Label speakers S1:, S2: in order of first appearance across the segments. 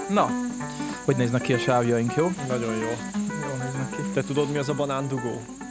S1: Na, hogy néznek ki a sávjaink, jó?
S2: Nagyon jó.
S1: Jól néznek ki.
S2: Te tudod, mi az a banándugó?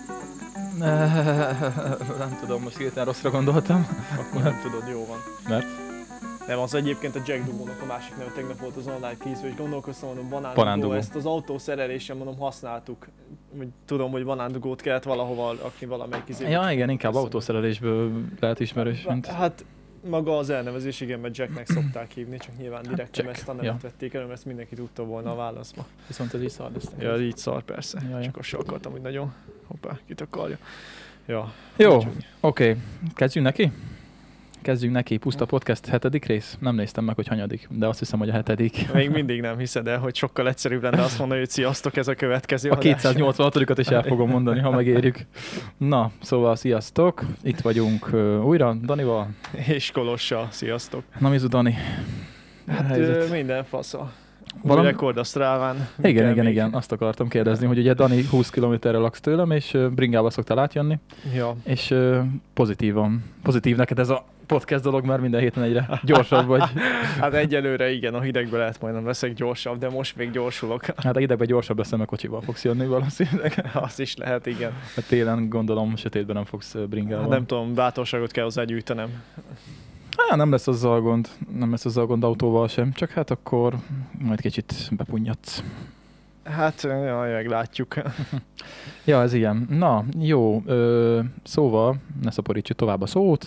S1: Nem tudom, most hirtelen rosszra gondoltam.
S2: Akkor nem tudod, jó van.
S1: Mert?
S2: Nem, az egyébként a Jack Dugónak a másik neve, tegnap volt az online készül, és gondolkoztam, mondom,
S1: Banándugó.
S2: banándugó, ezt az autószerelésen mondom használtuk. Tudom, hogy banándugót kellett valahova rakni valamelyik izé.
S1: Ja, igen, inkább autószerelésből lehet ismerős, mint...
S2: Hát maga az elnevezés, igen, mert Jacknek szokták hívni, csak nyilván direkt nem
S1: Jack.
S2: ezt a nevet vették elő, mert ezt mindenki tudta volna a válaszba.
S1: Viszont ez is szar lesz.
S2: Ja, így szar persze.
S1: Ja.
S2: Csak azt sem akartam, hogy nagyon hoppá, kitakarja. Ja.
S1: Jó, oké. Kezdjünk neki? Kezdjünk neki. Puszta Podcast 7. rész. Nem néztem meg, hogy hanyadik, de azt hiszem, hogy a 7.
S2: Még mindig nem hiszed el, hogy sokkal egyszerűbb lenne azt mondani, hogy sziasztok, ez a következő
S1: A
S2: adás.
S1: 286-at is el fogom mondani, ha megérjük. Na, szóval sziasztok. Itt vagyunk újra Danival.
S2: És Kolossal, sziasztok.
S1: Na, Mizu Dani.
S2: Hát minden fasza.
S1: Valami-
S2: Új rekord a Stráván.
S1: Igen. Azt akartam kérdezni, hogy ugye Dani 20 kilométerre laksz tőlem, és bringába szoktál átjönni,
S2: Ja.
S1: és pozitív neked ez a podcast dolog, mert minden héten egyre gyorsabb vagy.
S2: Hát egyelőre igen, a hidegbe lehet majdnem leszek gyorsabb, de most még gyorsulok.
S1: Hát a idegben gyorsabb lesz, mert kocsival fogsz jönni valószínűleg.
S2: Az is lehet, igen.
S1: Mert télen gondolom sötétben nem fogsz bringával.
S2: Nem tudom, bátorságot kell hozzá gyűjtenem.
S1: Hát nem lesz azzal gond autóval sem, csak hát akkor majd kicsit bepunnyadsz.
S2: Hát, jaj, meglátjuk.
S1: Ja, ez ilyen. Na, jó, szóval, ne szaporítsuk tovább a szót.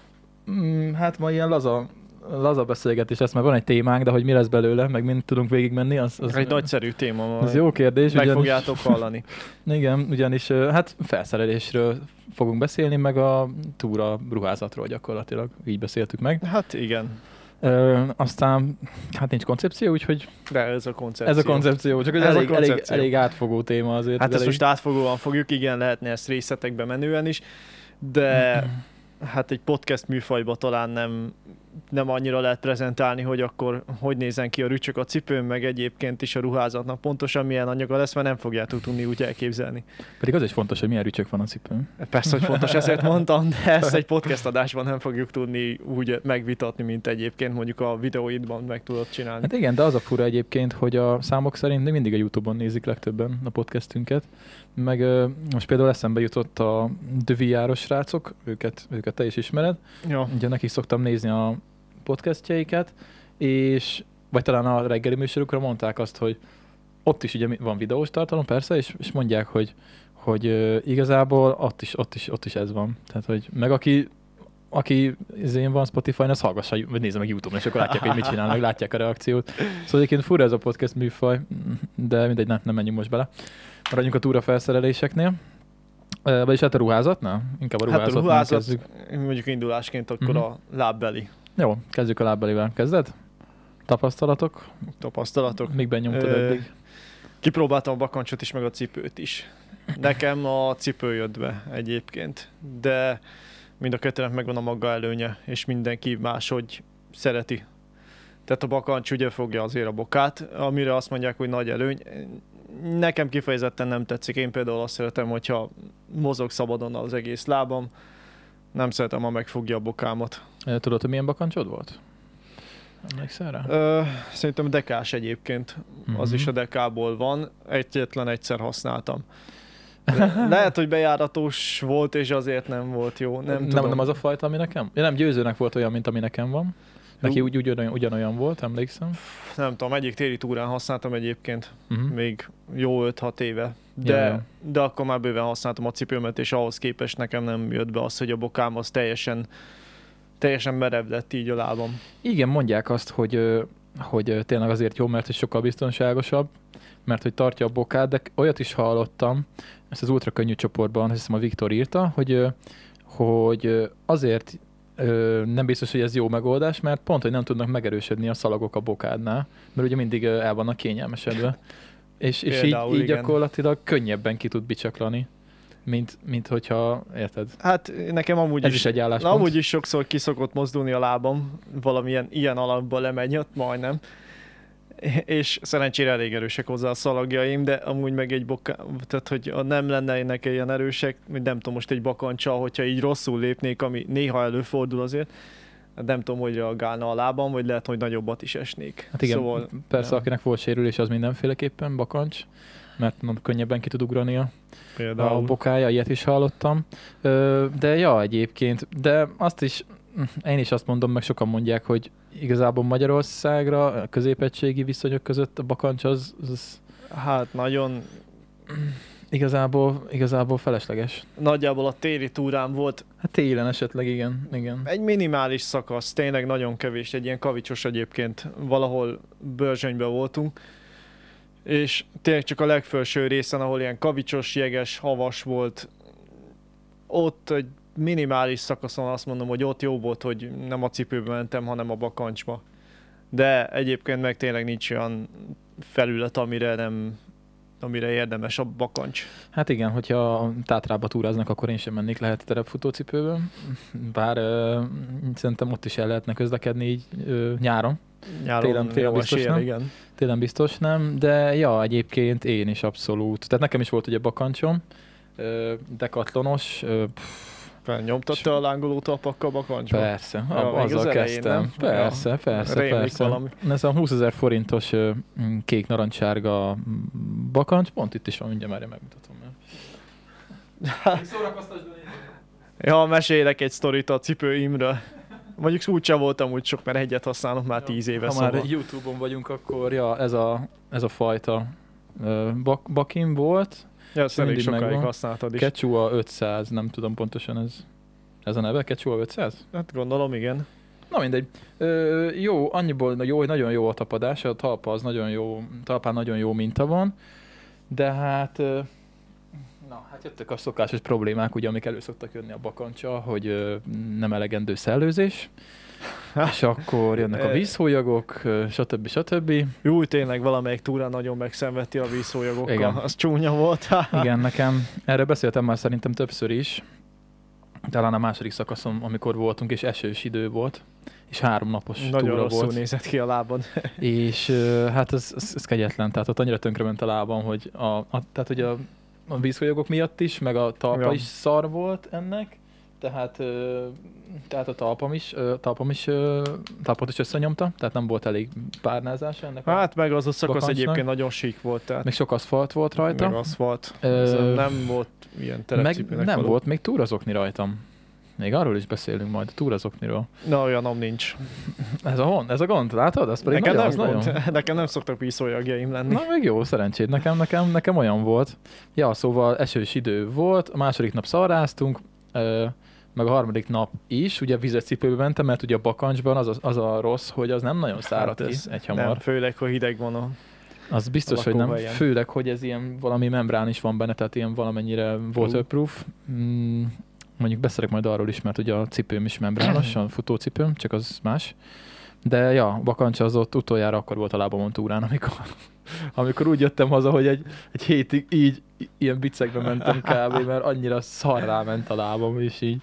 S1: Hát ma ilyen laza beszélgetés lesz, mert van egy témánk, de hogy mi lesz belőle, meg mind tudunk végigmenni, az
S2: Egy nagyszerű téma.
S1: az jó kérdés.
S2: Meg fogjátok hallani.
S1: Igen, ugyanis hát felszerelésről fogunk beszélni, meg a túra ruházatról gyakorlatilag, így beszéltük meg.
S2: Hát igen,
S1: Aztán hát nincs koncepció, úgyhogy
S2: de ez a koncepció.
S1: ez a koncepció, csak
S2: Ez a
S1: elég,
S2: koncepció.
S1: elég átfogó téma azért.
S2: Hát ezt
S1: elég...
S2: most átfogóan fogjuk, igen, lehetne ezt részletekbe menően is, de hát egy podcast műfajba talán nem annyira lehet prezentálni, hogy akkor hogy nézzen ki a rücsök a cipőn, meg egyébként is a ruházatnak pontosan milyen anyaga lesz, mert nem fogjátok tudni úgy elképzelni.
S1: Pedig az is fontos, hogy milyen rücsök van a cipőn.
S2: Persze, hogy fontos, ezért mondtam, de ezt egy podcast adásban nem fogjuk tudni úgy megvitatni, mint egyébként mondjuk a videóidban meg tudod csinálni.
S1: Hát igen, de az a fura egyébként, hogy a számok szerint még mindig a YouTube-on nézik legtöbben a podcastünket. Meg most például eszembe jutott a The VR-os srácok, őket te is ismered.
S2: Ja.
S1: Ugye nekik szoktam nézni a podcastjaikat, és vagy talán a reggeli műsorukra mondták azt, hogy ott is ugye van videós tartalom, persze, és mondják, hogy igazából ott is ez van. Tehát, hogy meg aki én van Spotify-n, az hallgassa, vagy nézze meg YouTube-on, és akkor látják, hogy mit csinálnak, látják a reakciót. Szóval egyébként fura ez a podcast műfaj, de mindegy, nem menjünk most bele. Maradjunk a túra felszereléseknél. Vagyis hát a ruházatnál? Inkább a
S2: Hát a
S1: ruházatnál
S2: ruházat,
S1: kezdjük.
S2: mondjuk indulásként akkor a lábbeli
S1: Jó, kezdjük a lábbelivel. Kezded? Tapasztalatok?
S2: tapasztalatok.
S1: Mikben nyomtad eddig?
S2: Kipróbáltam a bakancsot is, meg a cipőt is. Nekem a cipő jött be egyébként, de mind a kettőnek megvan a maga előnye, és mindenki máshogy szereti. Tehát a bakancs ugye fogja azért a bokát, amire azt mondják, hogy nagy előny. Nekem kifejezetten nem tetszik. Én például azt szeretem, hogyha mozog szabadon az egész lábam. Nem szeretem, ha megfogja a bokámat.
S1: Tudod, hogy milyen bakancsod volt? Emlékszel rá?
S2: Szerintem dekás egyébként. Az is a dekából van. Egyetlen egyszer használtam. Lehet, hogy bejáratos volt, és azért nem volt jó. Nem tudom.
S1: Nem az a fajta, ami nekem? Ja, nem, Győzőnek volt olyan, mint ami nekem van. Neki ugyanolyan volt, emlékszem.
S2: Nem tudom, egyik téli túrán használtam egyébként.
S1: Uh-huh.
S2: Még jó 5-6 éve.
S1: Ja.
S2: De akkor már bőven használtam a cipőmet, és ahhoz képest nekem nem jött be az, hogy a bokám az teljesen merev lett így a lábam.
S1: Igen, mondják azt, hogy tényleg azért jó, mert hogy sokkal biztonságosabb, mert hogy tartja a bokát, de olyat is hallottam, ezt az ultra könnyű csoportban, azt hiszem a Viktor írta, hogy azért nem biztos, hogy ez jó megoldás, mert pont, hogy nem tudnak megerősödni a szalagok a bokádnál, mert ugye mindig el vannak kényelmesedve. És
S2: Például,
S1: így
S2: igen.
S1: gyakorlatilag könnyebben ki tud bicsaklani, mint hogyha, érted?
S2: Hát nekem
S1: Ez is egy álláspont.
S2: amúgy is sokszor ki szokott mozdulni a lábam, valamilyen ilyen alapba lemegy ott majdnem. És szerencsére elég erősek hozzá a szalagjaim, de amúgy meg egy tehát hogy nem lennének ilyen erősek, nem tudom, most egy bakancsal, hogyha így rosszul lépnék, ami néha előfordul azért, nem tudom, hogy reagálna a lábam, vagy lehet, hogy nagyobbat is esnék.
S1: Hát igen,
S2: Szóval,
S1: persze,
S2: nem.
S1: akinek volt sérülés, az mindenféleképpen bakancs, mert könnyebben ki tud ugrani a
S2: Például.
S1: bokája, ilyet is hallottam. De ja, egyébként, de azt is, én is azt mondom, meg sokan mondják, hogy igazából Magyarországra a középegységi viszonyok között a bakancs az
S2: Hát nagyon...
S1: igazából felesleges.
S2: Nagyjából a téli túrám volt
S1: Hát télen esetleg, igen.
S2: egy minimális szakasz, tényleg nagyon kevés, egy ilyen kavicsos egyébként, valahol Börzsönyben voltunk, és tényleg csak a legfelső részen, ahol ilyen kavicsos, jeges, havas volt, ott egy minimális szakaszon azt mondom, hogy ott jó volt, hogy nem a cipőbe mentem, hanem a bakancsba. De egyébként meg tényleg nincs olyan felület, amire érdemes a bakancs.
S1: Hát igen, hogyha a Tátrába túráznak, akkor én sem mennék, lehet terepfutócipőben. Bár szerintem ott is el lehetne közlekedni így nyáron.
S2: Nyáron
S1: Télen biztos
S2: eséllyel,
S1: nem.
S2: igen.
S1: Télen biztos nem, de ja, egyébként én is abszolút. Tehát nekem is volt ugye bakancsom, dekatlonos.
S2: Nyomtatta a lángoló talpakkal bakancsba?
S1: Persze,
S2: Ja, még az
S1: azzal
S2: elején,
S1: kezdtem.
S2: nem?
S1: Persze.
S2: Rémlik valami.
S1: Ez a 20 000 forintos kék-narancsárga bakancs, pont itt is van, mindjárt már megmutatom.
S2: Ja, mesélek egy sztorit a cipőimről. Mondjuk úgysem voltam úgy sok, mert egyet használok már 10 éve.
S1: Ha már YouTube-on vagyunk, akkor ja, ez a fajta bakim volt.
S2: Ja, ezt elég
S1: mindig
S2: sokáig
S1: megvan.
S2: használtad is.
S1: Quechua 500, nem tudom pontosan ez a neve, Quechua 500?
S2: Hát gondolom, igen.
S1: Na mindegy. Jó, annyiból jó, hogy nagyon jó a tapadás, a talpa az nagyon jó, talpán nagyon jó minta van, de hát hát jöttek a szokásos problémák, ugye, amik elő szoktak jönni a bakancsa, hogy nem elegendő szellőzés, és akkor jönnek a vízhólyagok, stb.
S2: Jó, tényleg valamelyik túrán nagyon megszenvedti a vízhólyagokkal.
S1: Igen.
S2: Az csúnya volt.
S1: Igen, nekem erről beszéltem már szerintem többször is, talán a második szakaszon, amikor voltunk, és esős idő volt, és 3 napos
S2: Nagyon
S1: túra
S2: rosszul
S1: volt.
S2: nézett ki a lábad.
S1: És hát ez kegyetlen, tehát ott annyira tönkrement a lábam, hogy tehát ugye a vízhólyagok miatt is, meg a talpa
S2: Ja.
S1: is szar volt ennek, tehát a talpot is összenyomta, tehát nem volt elég párnázása ennek.
S2: Hát meg az a szakasz
S1: bakancsnak.
S2: egyébként nagyon sík volt. Tehát
S1: Még sok aszfalt volt rajta.
S2: meg aszfalt. Nem volt ilyen
S1: Meg
S2: terepcipőnek
S1: nem
S2: való.
S1: volt még túrazokni rajtam. Még arról is beszélünk majd, a túrazokniról.
S2: Na, olyanom nincs.
S1: Ez a gond, látod? Ez pedig
S2: Nekem
S1: nagyon,
S2: nem
S1: az nagyon.
S2: gond. Nekem nem szoktak vízhólyagjaim lenni.
S1: Na, még jó, szerencséd. Nekem olyan volt. Ja, szóval esős idő volt, a második nap szarráztunk, meg a harmadik nap is, ugye vizes cipőbe mentem, mert ugye a bakancsban az a rossz, hogy az nem nagyon szárad ki
S2: ez
S1: egyhamar.
S2: Nem, főleg, hogy hideg van a...
S1: Az biztos,
S2: a
S1: hogy nem.
S2: lakóhelyen.
S1: Főleg, hogy ez ilyen valami membrán is van benne, tehát ilyen valamennyire waterproof. Mondjuk beszélek majd arról is, mert ugye a cipőm is membrános, a futócipőm, csak az más. De ja, bakancs az ott utoljára akkor volt a lábamon túrán, amikor úgy jöttem haza, hogy egy hétig így ilyen bicekbe mentem kb, mert annyira szarrá ment a lábam, és így.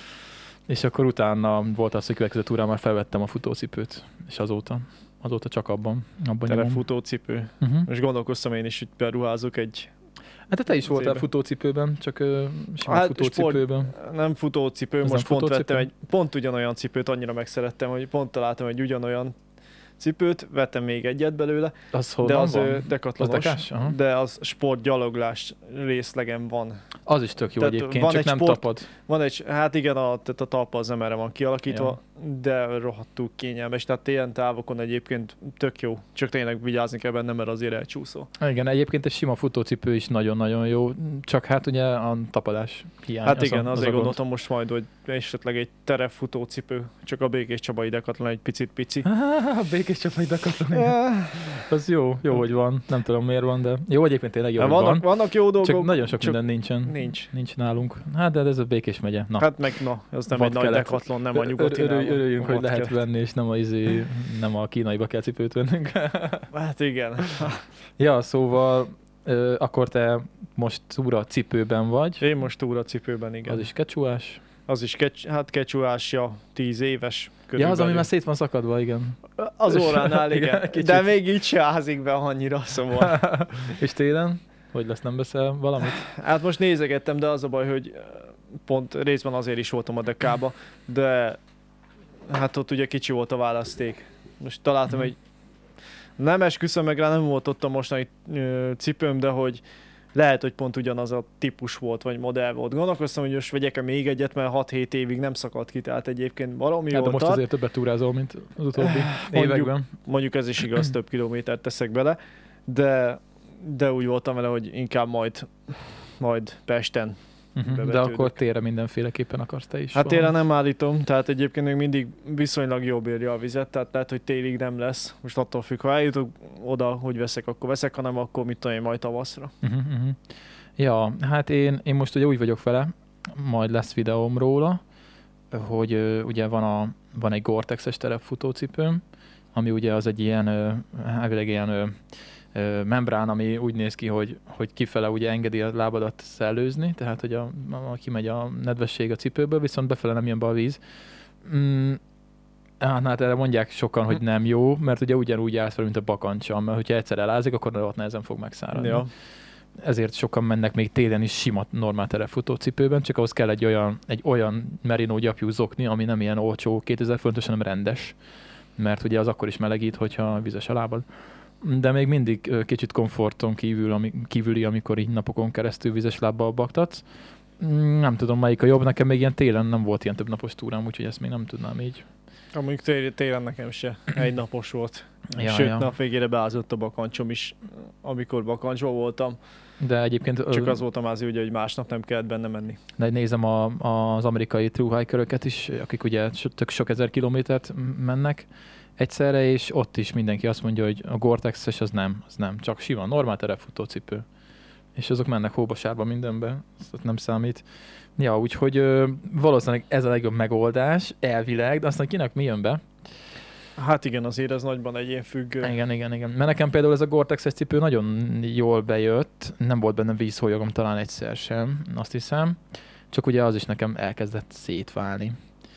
S1: És akkor utána volt az, hogy következő túrán már felvettem a futócipőt, és azóta csak abban nyomom.
S2: Telefutócipő.
S1: Uh-huh.
S2: Most gondolkoztam én is, hogy beruházok egy...
S1: Hát te is voltál
S2: Cipőbe.
S1: futócipőben, csak sima
S2: Hát,
S1: futócipőben.
S2: Nem futócipő,
S1: Ez
S2: most
S1: nem
S2: pont
S1: futócipő?
S2: vettem pont ugyanolyan cipőt, annyira megszerettem, hogy pont találtam egy ugyanolyan cipőt, vettem még egyet belőle,
S1: Az
S2: de
S1: honnan
S2: az
S1: van?
S2: dekatlonos,
S1: Az dekás? Aha.
S2: de az sportgyaloglás részlegem van.
S1: Az is tök jó
S2: Tehát
S1: egyébként,
S2: van
S1: csak
S2: egy
S1: nem
S2: sport-
S1: tapad.
S2: Van egy, hát igen, tehát a talpa az nem erre van kialakítva, de rohadtul kényelmes, tehát ilyen távokon egyébként tök jó, csak tényleg vigyázni kell benne, mert azért elcsúszó.
S1: Igen, egyébként egy sima futócipő is nagyon-nagyon jó, csak hát ugye a tapadás hiány.
S2: Hát igen,
S1: az a
S2: azért
S1: gond.
S2: gondoltam most majd, hogy esetleg egy terepfutócipő, csak a Békés Csabai Decathlon egy picit pici.
S1: A Békés Csapai Decathlon. Az jó, hogy van. Nem tudom miért van, de jó, egyébként tényleg jó, hogy van.
S2: Vannak jó dolgok,
S1: Csak nagyon sok minden nincsen.
S2: nincs.
S1: Nálunk. Hát de ez a Békés megye. Na.
S2: Hát meg az nem egy nagy
S1: Vadkelet.
S2: Decathlon, nem a nyugati.
S1: Örüljünk, hogy lehet venni, és nem a kínaiba kell cipőt vennünk.
S2: Hát igen.
S1: Ja, szóval akkor te most túra cipőben vagy.
S2: Én most túracipőben, igen.
S1: Az is kecsuás.
S2: Az is kecsuás, 10 éves
S1: Ja,
S2: körülbelül.
S1: az, ami már szét van szakadva, igen.
S2: Az óránál,
S1: Igen,
S2: igen.
S1: kicsit.
S2: De még így se házik be annyira, szóval.
S1: És télen? Hogy lesz, nem beszél valamit?
S2: Hát most nézegettem, de az a baj, hogy pont részben azért is voltam a dekába, de hát ott ugye kicsi volt a választék. Most találtam egy, nem esküszöm meg rá, nem volt ott a mostani cipőm, de hogy lehet, hogy pont ugyanaz a típus volt, vagy modell volt. Gondolkoztam, hogy most vegyek-e még egyet, mert 6-7 évig nem szakadt ki, tehát egyébként baromi
S1: Hát,
S2: jól
S1: de most
S2: tart.
S1: azért többet túrázol, mint az utóbbi években.
S2: Mondjuk ez is igaz, több kilométert teszek bele, de úgy voltam vele, hogy inkább majd Pesten.
S1: De akkor térre mindenféleképpen akarsz te is.
S2: Hát térre nem állítom, tehát egyébként még mindig viszonylag jó bírja a vizet, tehát lehet, hogy télig nem lesz. Most attól függ, ha eljutok oda, hogy veszek, akkor veszek, hanem akkor mit tudom én, majd tavaszra.
S1: Ja, hát én most ugye úgy vagyok vele, majd lesz videóm róla, hogy ugye van egy Gore-Tex-es terepfutócipőm, ami ugye az egy ilyen, elvileg ilyen membrán, ami úgy néz ki, hogy kifele ugye engedi a lábadat szellőzni, tehát hogy kimegy a nedvesség a cipőből, viszont befele nem jön be a víz. Hát erre mondják sokan, hogy nem jó, mert ugye ugyanúgy állsz fel, mint a bakancsal, mert hogyha egyszer elázik, akkor ott nehezen fog megszáradni. Ja. Ezért sokan mennek még télen is sima normál terepfutó cipőben, csak ahhoz kell egy olyan merino gyapjú zokni, ami nem ilyen olcsó 2000 forintos, hanem rendes, mert ugye az akkor is melegít, hogyha vizes a lábad. De még mindig kicsit komforton kívüli, amikor így napokon keresztül vizes lábbal baktatsz. Nem tudom, melyik a jobb, nekem még ilyen télen nem volt ilyen több napos túrám, úgyhogy ezt még nem tudnám így.
S2: Mondjuk télen nekem se. Egy napos volt. Sőt, nap végére beázott a bakancsom is, amikor bakancsban voltam.
S1: De egyébként...
S2: Csak az voltam az ugye, hogy másnap nem kellett benne menni.
S1: De nézem az amerikai true hikeröket is, akik ugye tök sok ezer kilométert mennek egyszerre, és ott is mindenki azt mondja, hogy a Gore-Tex-es az nem, csak sima, normál terepfutócipő. És azok mennek hóba, sárba, mindenbe, ez nem számít. Ja, úgyhogy valószínűleg ez a legjobb megoldás, elvileg, de aztán kinek mi jön be?
S2: Hát igen, azért ez nagyban egyénfüggő.
S1: Igen. Mert nekem például ez a Gore-Tex-es cipő nagyon jól bejött, nem volt benne vízhólyagom talán egyszer sem, azt hiszem. Csak ugye az is nekem elkezdett szétválni.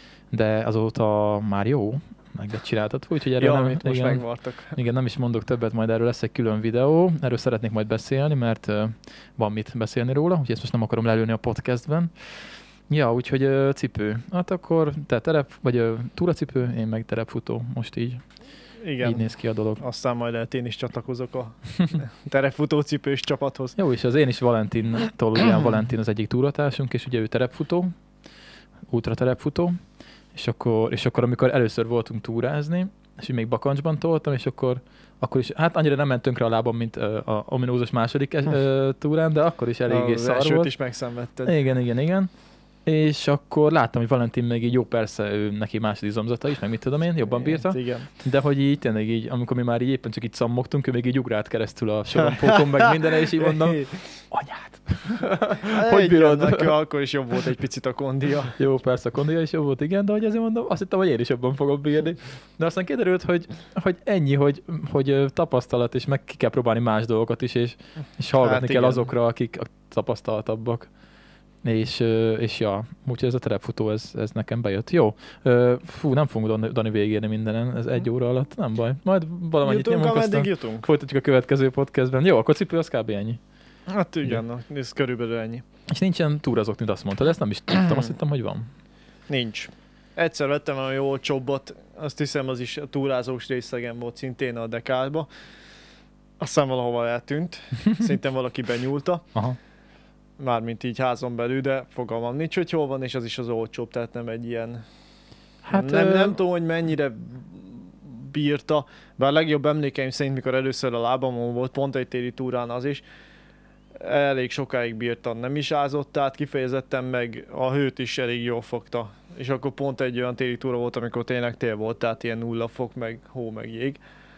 S1: De azóta már jó, megcsináltatva, úgyhogy erről
S2: ja, most megvartak.
S1: Igen, nem is mondok többet, majd erről lesz egy külön videó. Erről szeretnék majd beszélni, mert van mit beszélni róla, úgyhogy ezt most nem akarom lelőni a podcastben. Ja, úgyhogy cipő. Hát akkor te túracipő, én meg terepfutó, most így.
S2: Igen.
S1: Így néz ki a dolog.
S2: Aztán majd lehet én is csatlakozok a terepfutócipős csapathoz.
S1: Jó, és az én is Valentintól, ugye Valentin az egyik túratársunk, és ugye ő terepfutó, ultraterepfutó, és akkor amikor először voltunk túrázni, és még bakancsban toltam, és akkor is, hát annyira nem ment tönkre a lábam, mint a ominózus második túrán, de akkor is eléggé szar volt.
S2: is megszenvedted.
S1: Igen. És akkor láttam, hogy Valentin még így jó, persze ő neki más izomzata is, meg mit tudom én, jobban bírta.
S2: Igen.
S1: De hogy így tényleg így, amikor mi már így éppen csak így szammogtunk, ő még így ugrált keresztül a sorompókon, meg minden, és így mondom, anyát!
S2: Hogy bírod? Akkor is jobb volt egy picit a kondia.
S1: Jó, persze a kondia is jobb volt, igen, de hogy azért mondom, azt hittem, hogy én is jobban fogom bírni. De aztán kiderült, hogy ennyi, hogy tapasztalat, és meg ki kell próbálni más dolgokat is, és hallgatni kell azokra, akik tapasztaltabbak. És ja, úgyhogy ez a terepfutó, ez nekem bejött. Jó, nem fogunk Dani végérni mindenen, ez 1 óra alatt, nem baj. Majd valamennyit nyomunk, aztán folytatjuk a következő podcastben. Jó, akkor cipő az kb. Ennyi.
S2: Hát igen, ez körülbelül ennyi.
S1: És nincsen túrazokni, azt mondtad, ezt nem is tudtam, azt hittem, hogy van.
S2: Nincs. Egyszer vettem valami olcsóbbat, azt hiszem az is a túrázós részegen volt szintén a Dekárba. Aztán valahova eltűnt, szerintem valaki benyúlta.
S1: Aha.
S2: Mármint így házon belül, de fogalmam nincs, hogy hol van, és az is az olcsóbb, tehát nem egy ilyen... Hát nem tudom, hogy mennyire bírta, bár a legjobb emlékeim szerint, mikor először a lábamon volt, pont egy téli túrán az is, elég sokáig bírtam, nem is ázott át kifejezetten, meg a hőt is elég jól fogta. És akkor pont egy olyan téli túra volt, amikor tényleg tél volt, tehát ilyen 0 fok, meg hó, meg jég.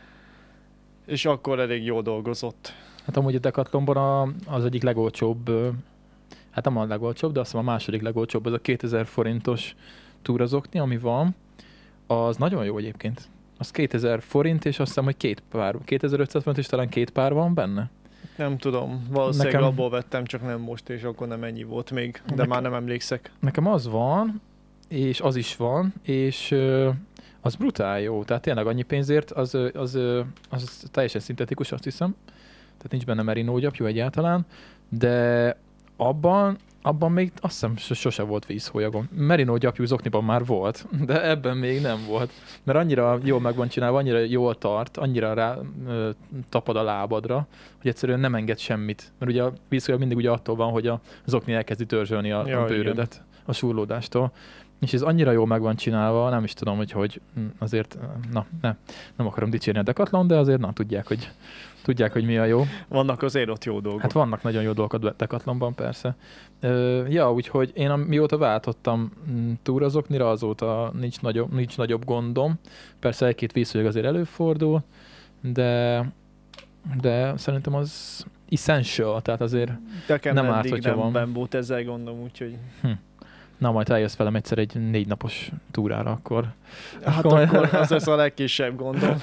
S2: És akkor elég jól dolgozott.
S1: Hát amúgy a Decathlonban az egyik legolcsóbb, hát nem a legolcsóbb, de azt hiszem a második legolcsóbb, az a 2000 forintos túrazokni, ami van, az nagyon jó egyébként. Az 2000 forint, és azt hiszem, hogy 2 pár, 2500 forint, és talán 2 pár van benne.
S2: Nem tudom, valószínűleg abból vettem, csak nem most, és akkor nem ennyi volt még, de már nem emlékszek.
S1: Nekem az van, és az is van, és az brutál jó, tehát tényleg annyi pénzért, az teljesen szintetikus, azt hiszem, tehát nincs benne merino gyapjú egyáltalán, de abban abban még azt hiszem sose volt vízhólyagom. Merino gyapjú zokniban már volt, de ebben még nem volt. Mert annyira jól meg van csinálva, annyira jól tart, annyira rá tapad a lábadra, hogy egyszerűen nem enged semmit. Mert ugye a vízhólyag mindig ugye attól van, hogy a zokni elkezdi törzsölni a bőrödet a súrlódástól. És ez annyira jól meg van csinálva, nem is tudom, hogy azért, nem akarom dicsérni a Decathlon, de azért tudják, hogy mi a jó.
S2: Vannak azért ott jó dolgok.
S1: Hát vannak nagyon jó dolgok a Decathlonban, persze. Úgyhogy én mióta váltottam túrazoknira, azóta nincs nagyobb gondom. Persze egy-két vízhólyag azért előfordul, de szerintem az essential, tehát azért nem árt, hogyha van.
S2: Nem volt ezzel gondom, úgyhogy...
S1: Na, majd eljössz velem egyszer egy 4 napos túrára, akkor...
S2: Hát akkor az lesz a legkisebb gondom.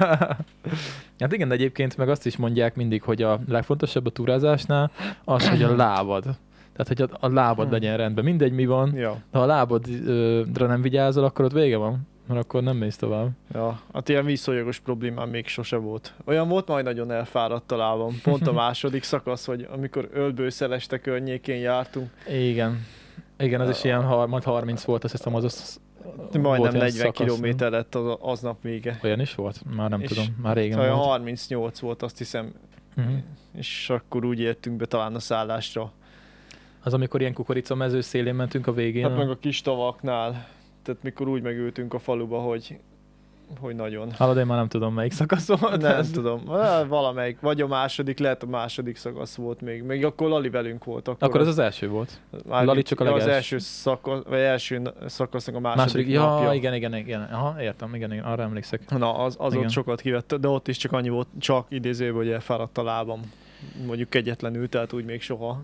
S1: Hát igen, de egyébként meg azt is mondják mindig, hogy a legfontosabb a túrázásnál az, hogy a lábad. Tehát, hogy a lábad legyen rendben. Mindegy, mi van.
S2: Ja.
S1: Ha a lábadra nem vigyázol, akkor ott vége van. Mert akkor nem mész tovább.
S2: Ja, hát ilyen vízhólyagos problémám még sose volt. Olyan volt, majd nagyon elfáradt a lábam. Pont a második szakasz, hogy amikor Ölbőszeleste környékén jártunk.
S1: Igen, az is ilyen 30 volt, azt hiszem, az
S2: majdnem 40 kilométer lett aznap vége.
S1: Olyan is volt? Már nem tudom, már régen
S2: olyan
S1: volt.
S2: 38 volt, azt hiszem, és akkor úgy értünk be talán a szállásra.
S1: Az, amikor ilyen kukoricamező szélén mentünk a végén?
S2: Hát meg a kis tavaknál, tehát mikor úgy megültünk a faluba, hogy nagyon.
S1: Hallod, én már nem tudom, melyik szakasz volt.
S2: Nem tudom, valamelyik, vagy a második, lehet a második szakasz volt még akkor Lali velünk volt.
S1: Akkor az első volt. Lali csak a legelső.
S2: Az első szakasz, vagy első szakasznak a második napja.
S1: Ja, igen. Aha, értem, igen, arra emlékszek.
S2: Na, az ott sokat kivett, de ott is csak annyi volt, csak idézőben, hogy elfáradt a lábam. Mondjuk kegyetlenül, tehát úgy még soha.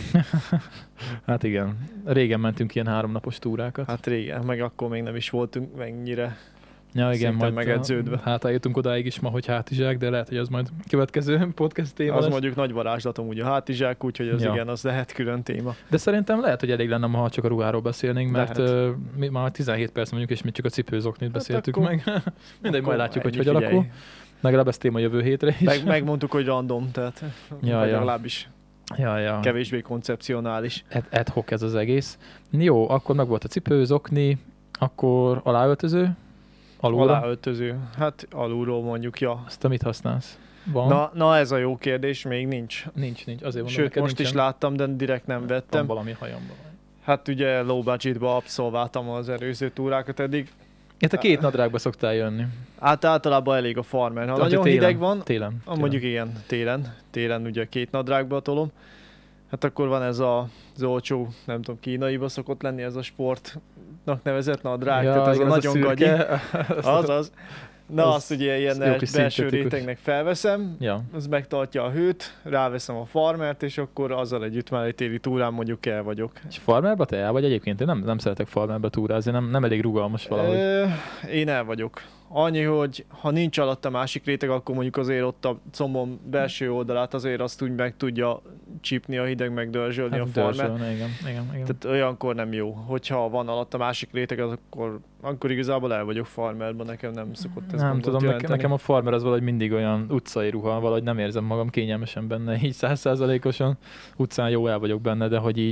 S1: Hát igen. Régen mentünk ilyen 3 napos túrákat.
S2: Hát régen, meg akkor még nem is voltunk mennyire.
S1: Ja, igen, majd
S2: megedződve.
S1: Hát eljutunk odáig is ma, hogy hátizsák, de lehet, hogy az majd következő podcast téma
S2: az
S1: lesz.
S2: Mondjuk nagy varázslatom ugye a hátizsák, úgyhogy az igen, az lehet külön téma.
S1: De szerintem lehet, hogy elég lenne, ha csak a ruháról beszélnénk, mert mi már 17 perc mondjuk, és mi csak a cipőzoknit beszéltük meg. Mindegy, majd látjuk, hogy alakul. Legalább ez téma jövő hétre is.
S2: Megmondtuk, hogy random, tehát legalábbis kevésbé koncepcionális.
S1: Ad hoc ez az egész. Jó, akkor meg volt a cipőzokni, akkor aláöltöző.
S2: Aláöltöző. Hát alulról mondjuk, ja.
S1: Azt te mit használsz? Van?
S2: Na ez a jó kérdés, még nincs.
S1: Nincs. Azért mondom,
S2: sőt, most is láttam, de direkt nem vettem.
S1: Van valami hajamban.
S2: Hát ugye low budgetba abszolváltam az előző túrákat eddig.
S1: Hát a 2 nadrágba szoktál jönni.
S2: Hát általában elég a farmer. Ha nagyon hideg van,
S1: télen.
S2: Mondjuk igen, télen ugye 2 nadrágba tolom. Hát akkor van ez az olcsó, nem tudom, kínaiba szokott lenni ez a sportnak nevezett nadrág, tehát ez a nagyon gagyi. Az. Na azt ugye ilyen belső rétegnek felveszem, az megtartja a hőt, ráveszem a farmert, és akkor azzal együtt már egy téli túrán mondjuk el vagyok.
S1: És farmerba te el vagy egyébként? Én nem szeretek farmerba túrázni, nem elég rugalmas valahogy.
S2: Én el vagyok. Annyi, hogy ha nincs alatt a másik réteg, akkor mondjuk azért ott a combom belső oldalát azért azt úgy meg tudja csípni a hideg, meg dörzsölni a farmer.
S1: Igen.
S2: Tehát olyankor nem jó. Hogyha van alatt a másik réteg, akkor igazából el vagyok farmerban, nekem nem szokott ez
S1: nem tudom, nekem a farmer az valahogy mindig olyan utcai ruha, valahogy nem érzem magam kényelmesen benne, így 100%-osan utcán jó el vagyok benne, de hogy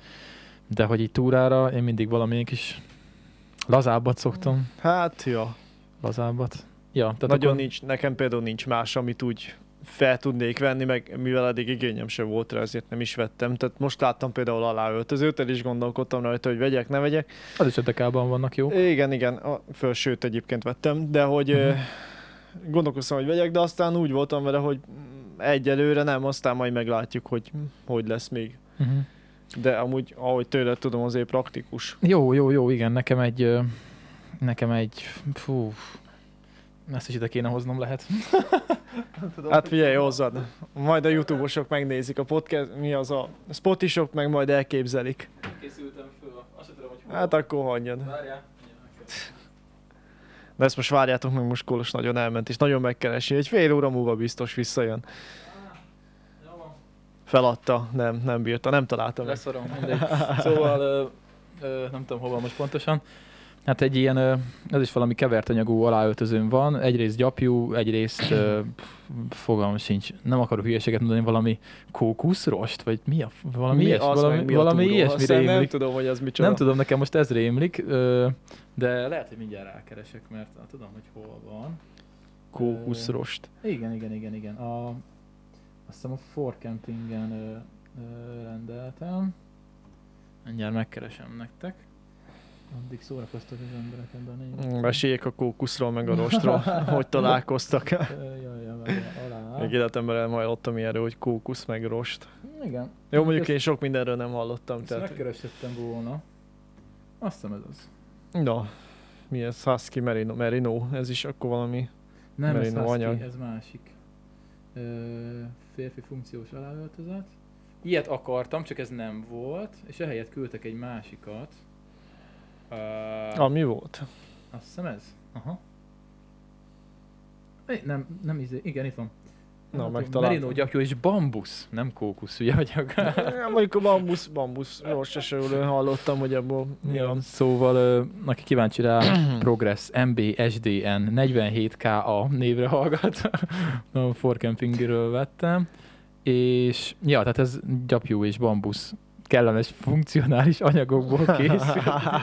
S1: így túrára én mindig valamilyen kis lazábbat szoktam.
S2: Hát, ja.
S1: Lazábbat. Ja, tehát
S2: nagyon akkor... nekem például nincs más, amit úgy fel tudnék venni, meg mivel eddig igényem sem volt rá, ezért nem is vettem. Tehát most láttam például aláöltözőt, el is gondolkodtam rajta, hogy vegyek, ne vegyek.
S1: Az is a Dekában vannak jó.
S2: Igen, a felsőt egyébként vettem, de hogy gondolkoztam, hogy vegyek, de aztán úgy voltam vele, hogy egyelőre nem, aztán majd meglátjuk, hogy lesz még. De amúgy, ahogy tőled tudom, azért praktikus.
S1: Jó, igen, nekem egy ezt is ide kéne hoznom, lehet.
S2: Hát figyelj, hozzad. Majd a YouTube-osok megnézik a podcast, mi az a Spotisok, meg majd elképzelik.
S1: Készültem föl, azt sem tudom, hogy
S2: hol. Hát akkor hagyjad.
S1: Várjál.
S2: De ezt most várjátok meg, most Kolos nagyon elment, és nagyon megkeresi. Egy fél óra múlva biztos visszajön. Feladta, nem bírta, nem találtam.
S1: Leszorom, mindegy. Szóval nem tudom hova most pontosan. Hát egy ilyen, ez is valami kevert anyagú aláöltözőn van, egyrészt gyapjú, egyrészt fogalmam sincs, nem akarok hülyeséget mondani, valami kókuszrost, vagy mi a, valami
S2: Mi
S1: ilyesmi,
S2: az, meg mi a
S1: valami
S2: túró?
S1: ilyesmi
S2: Aztán nem
S1: rémlik.
S2: tudom, hogy az micsoda.
S1: Nem tudom, nekem most ez rémlik, de lehet, hogy mindjárt rákeresek, mert tudom, hogy hol van.
S2: Kókuszrost.
S1: Igen. Azt hiszem a For Campingen rendeltem. Mindjárt megkeresem nektek. Addig szórakoztak az emberek ebben.
S2: Meséljék a kókuszról, meg a rostról, hogy találkoztak.
S1: Alá.
S2: Még életemben elmajlottam ilyenről, hogy kókusz, meg rost.
S1: Igen.
S2: Jó, mondjuk én sok mindenről nem hallottam.
S1: Ezt
S2: Tehát...
S1: megkereshettem volna. Azt hiszem ez az.
S2: Na, mi ez? Husky Merino, ez is akkor valami
S1: Nem, ez
S2: merino
S1: husky,
S2: anyag.
S1: ez másik. Férfi funkciós aláöltözet. Ilyet akartam, csak ez nem volt, és ehelyett küldtek egy másikat.
S2: Mi volt?
S1: Azt hiszem ez? Aha. Nem igen, itt van.
S2: Na, megtaláltam.
S1: Merino gyapjú és bambusz, nem kókusz, ugye vagyok.
S2: Mondjuk a bambusz, most se hallottam, hogy abból mi van.
S1: Szóval, aki kíváncsi rá, Progress MB SDN 47KA névre hallgat. A For Campingről vettem. És ja, tehát ez gyapjú és bambusz kellemes funkcionális anyagokból készül.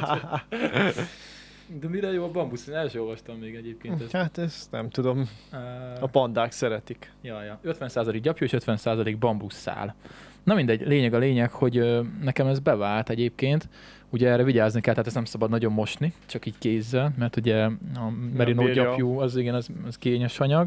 S1: De mire jó a bambusz? Én el sem olvastam még egyébként ezt.
S2: Hát ezt nem tudom. A pandák szeretik.
S1: Ja. 50% gyapjú és 50% bambuszszál. Na mindegy, lényeg a lényeg, hogy nekem ez bevált egyébként. Ugye erre vigyázni kell, tehát ezt nem szabad nagyon mosni, csak így kézzel, mert ugye a merino gyapjú, az igen, az kényes anyag.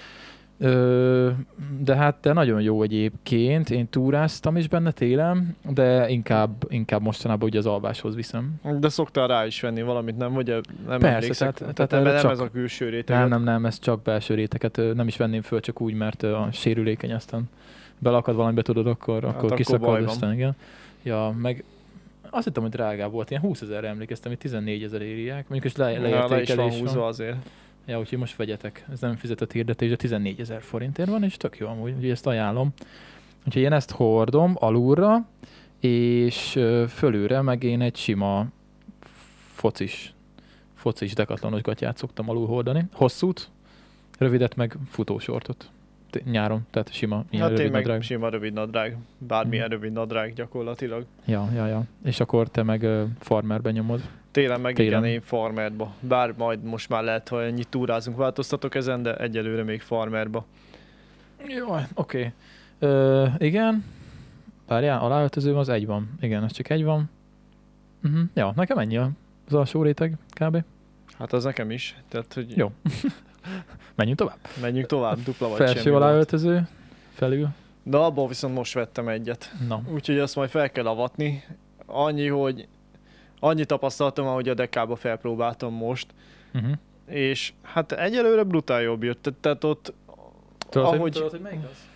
S1: De hát de nagyon jó egyébként, én túráztam is benne télen, de inkább mostanában ugye az alváshoz viszem.
S2: De szoktál rá is venni valamit, nem? Vagy nem
S1: persze,
S2: emlékszek? Tehát nem
S1: csak,
S2: ez a külső réteg.
S1: Nem, ez csak belső réteget, nem is venném föl csak úgy, mert a sérülékeny, aztán belakad valamibe, tudod, akkor kiszakad, aztán igen. Ja, meg azt hittem, hogy drágább volt, ilyen 20 000-re emlékeztem, hogy 14 000 írják, mondjuk is leértékelés
S2: le is van húzva azért.
S1: Ja, úgyhogy most vegyetek. Ez nem fizetett hirdetés, de 14 000 forintért van, és tök jó amúgy, úgyhogy ezt ajánlom. Úgyhogy én ezt hordom alulra, és fölülre meg én egy sima focis dekatlanos gatyát szoktam alul hordani. Hosszút, rövidet meg futósortot. Nyáron, tehát sima, ilyen
S2: hát
S1: rövid nadrág.
S2: Sima rövid nadrág, bármilyen rövid nadrág gyakorlatilag.
S1: Ja. És akkor te meg farmerben nyomod.
S2: Télen meg igen, én farmerba. Bár majd most már lehet, hogy ennyit túrázunk, változtatok ezen, de egyelőre még farmerba.
S1: Jó, oké. Igen. Várjál, aláöltözőm az egy van. Igen, az csak egy van. Ja, nekem ennyi az alsó réteg kb.
S2: Hát az nekem is. Tehát, hogy...
S1: Jó. Menjünk tovább.
S2: Dupla vagy
S1: felső
S2: semmi
S1: aláöltöző, felül.
S2: Na, abból viszont most vettem egyet.
S1: Na.
S2: Úgyhogy azt majd fel kell avatni. Annyi tapasztaltam, ahogy a dekába felpróbáltam most. És hát egyelőre brutál jobb jött. Tehát ott...
S1: Tudod, hogy melyik az?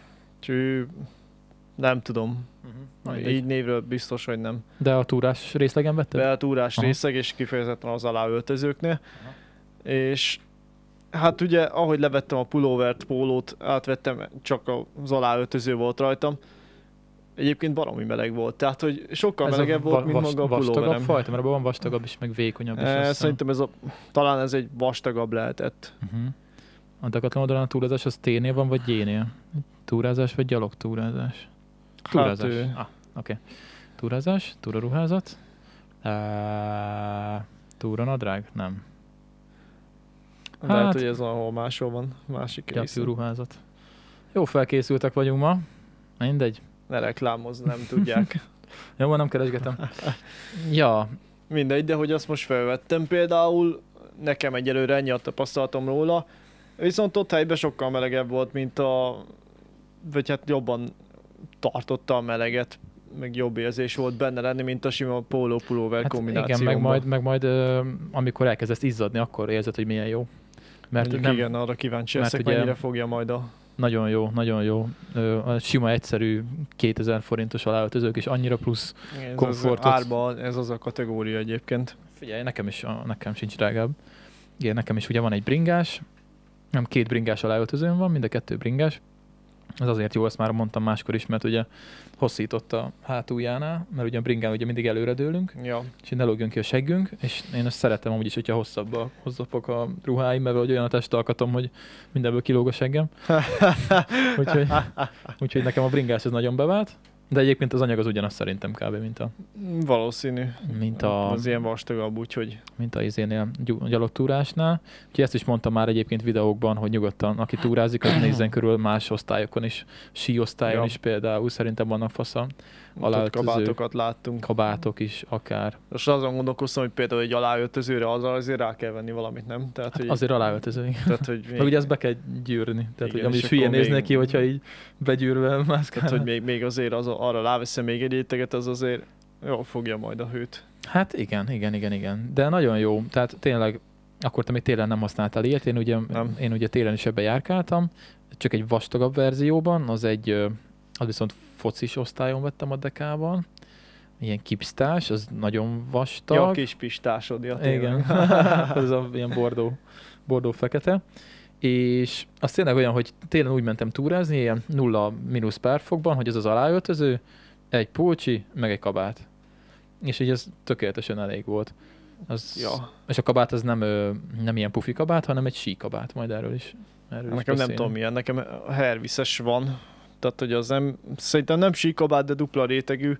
S2: Nem tudom. Így névről biztos, hogy nem.
S1: De a túrás részlegen vetted?
S2: De a túrás részleg, és kifejezetten az aláöltözőknél. És hát ugye, ahogy levettem a pulóvert, pólót, átvettem, csak az aláöltöző volt rajtam. Egyébként baromi meleg volt, tehát hogy sokkal melegebb volt, mint maga a pulóverem.
S1: Vastagabb fajta, mert abban van vastagabb is, meg vékonyabb is.
S2: Szerintem talán ez egy vastagabb lehetett.
S1: A Decathlon oldalán a túrázás az T-nél van, vagy G-nél? Túrázás, vagy gyalogtúrázás? Túrázás. Oké. Túrázás, túraruházat. Túranadrág? Nem.
S2: Lehet, hogy ez ahol máshol van, másik rész.
S1: Ruházat. Jó felkészültek vagyunk ma. Mindegy.
S2: Ne reklámozz, nem tudják.
S1: Jó, nem keresgetem. Ja.
S2: Mindegy, de hogy azt most felvettem például, nekem egyelőre ennyi a tapasztalatom róla, viszont ott helyben sokkal melegebb volt, vagy hát jobban tartotta a meleget, meg jobb érzés volt benne lenni, mint a sima póló-pulóver kombinációban.
S1: Igen, meg majd amikor elkezdesz izzadni, akkor érzed, hogy milyen jó.
S2: Mert igen, arra kíváncsi leszek, mennyire fogja majd a...
S1: Nagyon jó. A sima egyszerű 2000 forintos aláöltözők is annyira plusz komfortot.
S2: Árban ez az a kategória egyébként.
S1: Figyelj, nekem sincs drágább. Igen, nekem is ugye van egy bringás, nem 2 bringás aláöltözőm van, mind a 2 bringás. Ez azért jó, ezt már mondtam máskor is, mert ugye hosszított a hátuljánál, mert ugye a bringán ugye mindig előre dőlünk,
S2: Ja.
S1: és ne lógjon ki a seggünk, és én ezt szeretem amúgy is, hogyha hosszabbak a ruháim, mert olyan a testalkatom, hogy mindenből kilóg a seggem. úgyhogy nekem a bringás ez nagyon bevált, de egyébként az anyag az ugyanaz szerintem kb.
S2: Valószínű.
S1: Mint
S2: az ilyen vastagabb, úgyhogy...
S1: Mint a izénél gyalogtúrásnál. Úgyhogy ezt is mondtam már egyébként videókban, hogy nyugodtan, aki túrázik, az nézzen körül más osztályokon is, síosztályon is például, szerintem vannak fasza.
S2: Kabátokat láttunk.
S1: Kabátok is akár.
S2: Most azon gondolkoztam, hogy például egy aláöltözőre azzal azért rá kell venni valamit, nem? Tehát, hogy...
S1: Azért aláöltöző.
S2: Tehát, hogy
S1: még... ugye ezt be kell gyűrni. Tehát,
S2: igen,
S1: hogy is hülye néz neki, hogyha így begyűrve mászkál.
S2: Tehát, hogy még azért arra ráveszem még egy réteget, az azért jól fogja majd a hőt.
S1: Hát igen. De nagyon jó. Tehát tényleg, akkor te még télen nem használtál ilyet. Én ugye télen is ebbe járkáltam. Csak egy vastagabb verzióban, az viszont focis osztályon vettem a Dekában. Ilyen kipsztás, az nagyon vastag.
S2: Ja, kis pistásod, ja,
S1: igen. Ez ilyen bordó fekete. És az tényleg olyan, hogy télen úgy mentem túrázni, ilyen 0- pár-fokban, hogy ez az aláöltöző, egy pulcsi, meg egy kabát. És így ez tökéletesen elég volt. És a kabát az nem ilyen pufi kabát, hanem egy síkabát, majd erről is
S2: nekem nem tudom milyen, nekem hervises van, tehát hogy az nem, szerintem nem síkabát, de dupla rétegű.